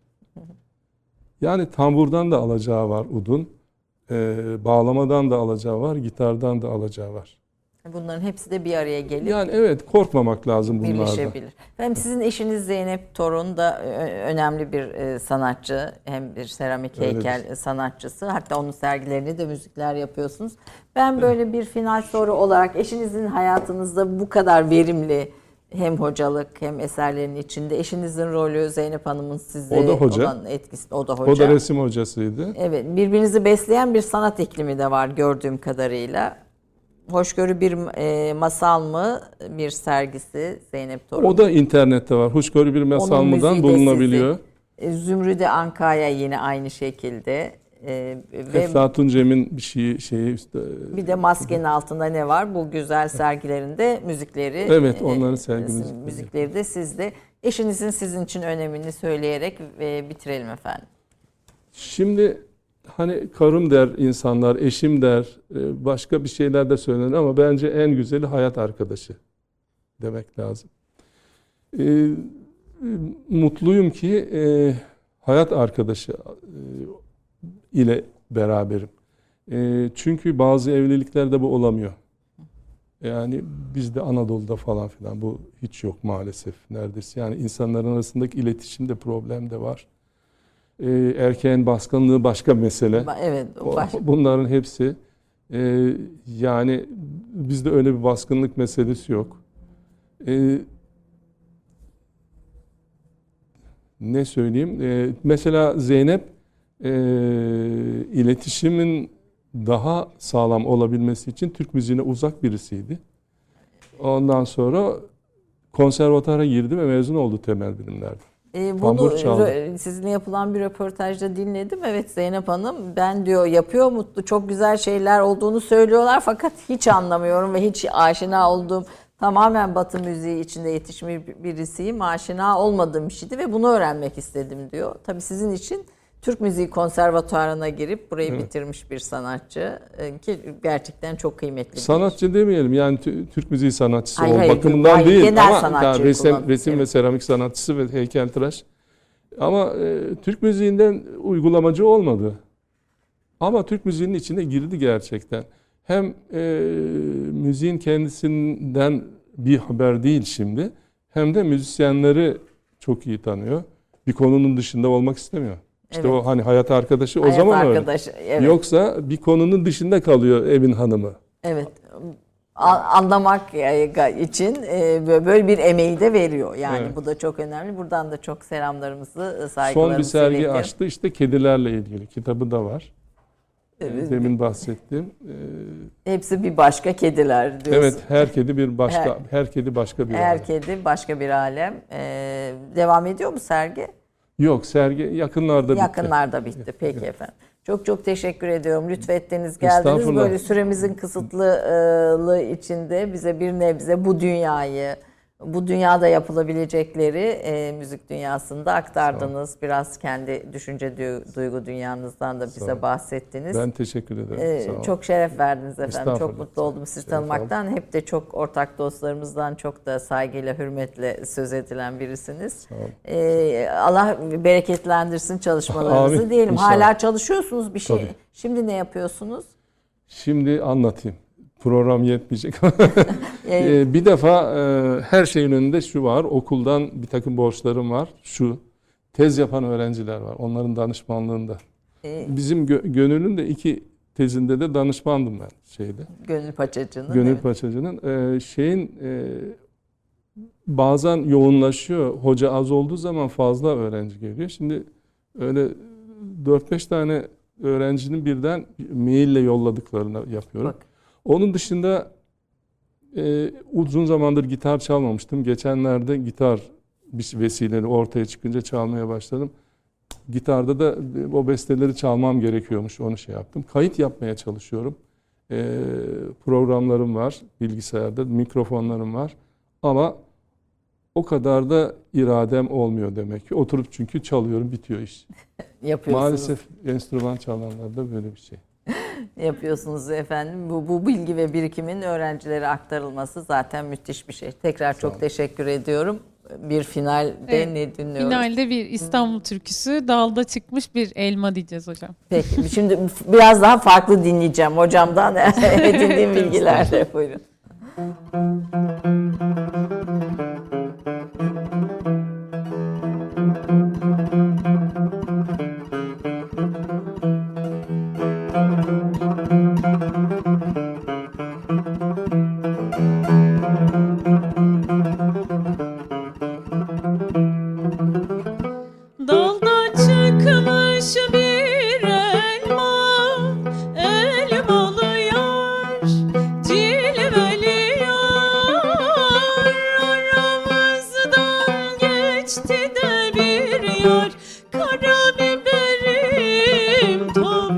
Yani tamburdan da alacağı var udun. E, bağlamadan da alacağı var. Gitardan da alacağı var. Bunların hepsi de bir araya gelip yani evet korkmamak lazım bunlardan. Birleşebilir. Hem sizin eşiniz Zeynep Torun da önemli bir sanatçı, hem bir seramik heykel Öyledir. sanatçısı. Hatta onun sergilerini de müzikler yapıyorsunuz. Ben böyle bir final soru olarak eşinizin hayatınızda bu kadar verimli hem hocalık hem eserlerin içinde eşinizin rolü, Zeynep Hanım'ın size o da hoca. olan etkisi, o da hoca. O da resim hocasıydı. Evet, birbirinizi besleyen bir sanat iklimi de var gördüğüm kadarıyla. Hoşgörü bir e, masal mı, bir sergisi Zeynep Torun? O da internette var. Hoşgörü bir masal mıdan bulunabiliyor. E, Zümrüde Ankaya yine aynı şekilde. E, ve Eflatun Cem'in bir şeyi şeyi işte, bir de maskenin altında ne var? Bu güzel sergilerinde müzikleri. Evet, onların sergi e, müzikleri. müzikleri de sizde. Eşinizin sizin için önemini söyleyerek e, bitirelim efendim. Şimdi hani karım der insanlar, eşim der, e, başka bir şeyler de söylenir ama bence en güzeli hayat arkadaşı demek lazım. E, mutluyum ki e, hayat arkadaşı e, ile beraberim. E, çünkü bazı evliliklerde bu olamıyor. Yani bizde Anadolu'da falan filan bu hiç yok maalesef neredeyse. Yani insanların arasındaki iletişimde problem de var. E, erkeğin baskınlığı başka mesele. Evet. O, Baş... bunların hepsi e, yani bizde öyle bir baskınlık meselesi yok. E, ne söyleyeyim? E, mesela Zeynep e, iletişimin daha sağlam olabilmesi için Türk müziğine uzak birisiydi. Ondan sonra konservatuvara girdi ve mezun oldu temel bilimlerden. E, Tambur bunu çaldı. rö- sizinle yapılan bir röportajda dinledim. Evet Zeynep Hanım ben diyor yapıyor mutlu çok güzel şeyler olduğunu söylüyorlar fakat hiç anlamıyorum ve hiç aşina olduğum tamamen Batı müziği içinde yetişmiş birisiyim. Aşina olmadığım bir şeydi ve bunu öğrenmek istedim diyor. Tabii sizin için Türk Müziği Konservatuvarı'na girip burayı Evet. bitirmiş bir sanatçı e, ki gerçekten çok kıymetli bir Sanatçı demeyelim yani tü- Türk müziği sanatçısı Hayır, o hayır, bakımından hayır, değil genel ama sanatçıyı tabii resim, kullan- resim evet. ve seramik sanatçısı ve heykeltıraş. Ama e, Türk müziğinden uygulamacı olmadı. Ama Türk müziğinin içine girdi gerçekten. Hem e, müziğin kendisinden bir haber değil şimdi hem de müzisyenleri çok iyi tanıyor. Bir konunun dışında olmak istemiyor. İşte Evet. o hani hayat arkadaşı o Hayat zaman arkadaşı, öyle. evet. Yoksa bir konunun dışında kalıyor evin hanımı. Evet. A- Anlamak için e, böyle bir emeği de veriyor. Yani Evet. bu da çok önemli. Buradan da çok selamlarımızı, Son saygılarımızı bir sergi iletiyorum. açtı işte kedilerle ilgili kitabı da var. Evet. Demin bahsettiğim. Ee, Hepsi bir başka kediler diyorsun. evet her kedi bir başka Her- her kedi başka bir Her alem. kedi başka bir alem. Ee, devam ediyor mu sergi? Yok sergi yakınlarda bitti. Yakınlarda bitti. Peki efendim. Çok çok teşekkür ediyorum. Lütfettiniz, geldiniz. Estağfurullah. Böyle süremizin kısıtlılığı içinde bize bir nebze bu dünyayı, bu dünyada yapılabilecekleri e, müzik dünyasında aktardınız. Biraz kendi düşünce du- duygu dünyanızdan da bize olun. bahsettiniz. Ben teşekkür ederim. Ee, Sağ olun. çok şeref verdiniz efendim. Çok Estağfurullah. mutlu oldum sizi Şeref tanımaktan. Hep de çok ortak dostlarımızdan çok da saygıyla, hürmetle söz edilen birisiniz. Sağ olun. Ee, Allah bereketlendirsin çalışmalarınızı Amin. diyelim. İnşallah. Hala çalışıyorsunuz bir şey. Tabii. Şimdi ne yapıyorsunuz? Şimdi anlatayım. Program yetmeyecek. Ee, Ee, bir defa e, her şeyin önünde şu var. Okuldan bir takım borçlarım var. Şu tez yapan öğrenciler var. Onların danışmanlığında. e, Bizim gö- Gönül'ün de iki tezinde de danışmandım ben şeyde. Gönül Paçacı'nın. Gönül evet. Paçacı'nın e, şeyin e, bazen yoğunlaşıyor. Hoca az olduğu zaman fazla öğrenci geliyor. Şimdi öyle dört beş tane öğrencinin birden maille yolladıklarını yapıyorum. Bak. Onun dışında e, uzun zamandır gitar çalmamıştım. Geçenlerde gitar bir vesileyle ortaya çıkınca çalmaya başladım. Gitarda da o besteleri çalmam gerekiyormuş. Onu şey yaptım. Kayıt yapmaya çalışıyorum. E, programlarım var bilgisayarda, mikrofonlarım var. Ama o kadar da iradem olmuyor demek ki. Oturup çünkü çalıyorum, bitiyor iş. Yapıyorsunuz. Maalesef enstrüman çalanlarda böyle bir şey. Yapıyorsunuz efendim. Bu, bu bilgi ve birikimin öğrencilere aktarılması zaten müthiş bir şey. Tekrar çok teşekkür ediyorum. Bir finalde Evet, ne dinliyoruz? Finalde bir İstanbul türküsü, dalda çıkmış bir elma diyeceğiz hocam. Peki şimdi biraz daha farklı dinleyeceğim hocamdan edindiğim bilgilerle. Buyurun. Dalda çıkmış bir elma, elmalı yar, cilveli yar. Aramızdan geçti de bir yar, karabiberim, toz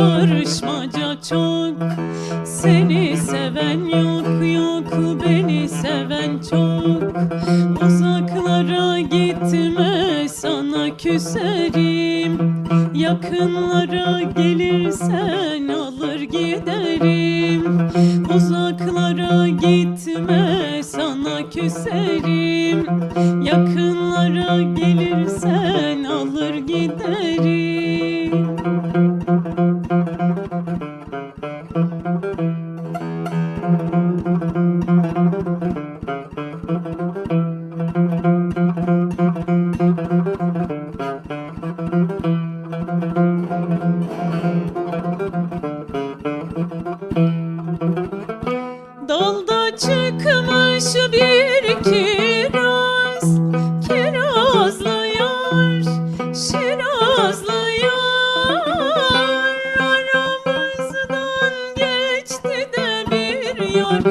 barışmaca çok. Seni seven yok yok, beni seven çok. Uzaklara gitme, sana küserim. Yakınlara gelirsen alır giderim. Uzaklara gitme, sana küserim. Yakınlara gelirsen alır giderim. Dalda çıkmış bir kiraz, kirazlı yar, şirazlı yar. Aramızdan geçti de bir yar,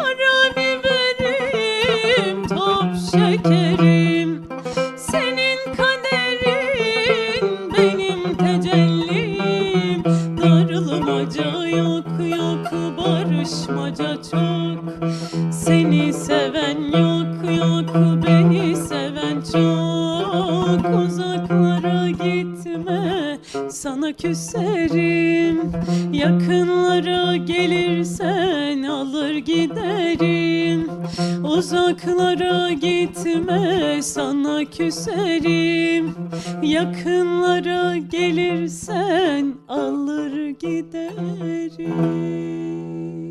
karabiberim, top şekerim. Senin kaderin, benim tecellim. Darılmaca yok yok, barışmaca çok. Seni seven yok yok, beni seven çok. Uzaklara gitme, sana küserim. Yakınlara gelirsen alır giderim. Uzaklara gitme, sana küserim. Yakınlara gelirsen alır giderim.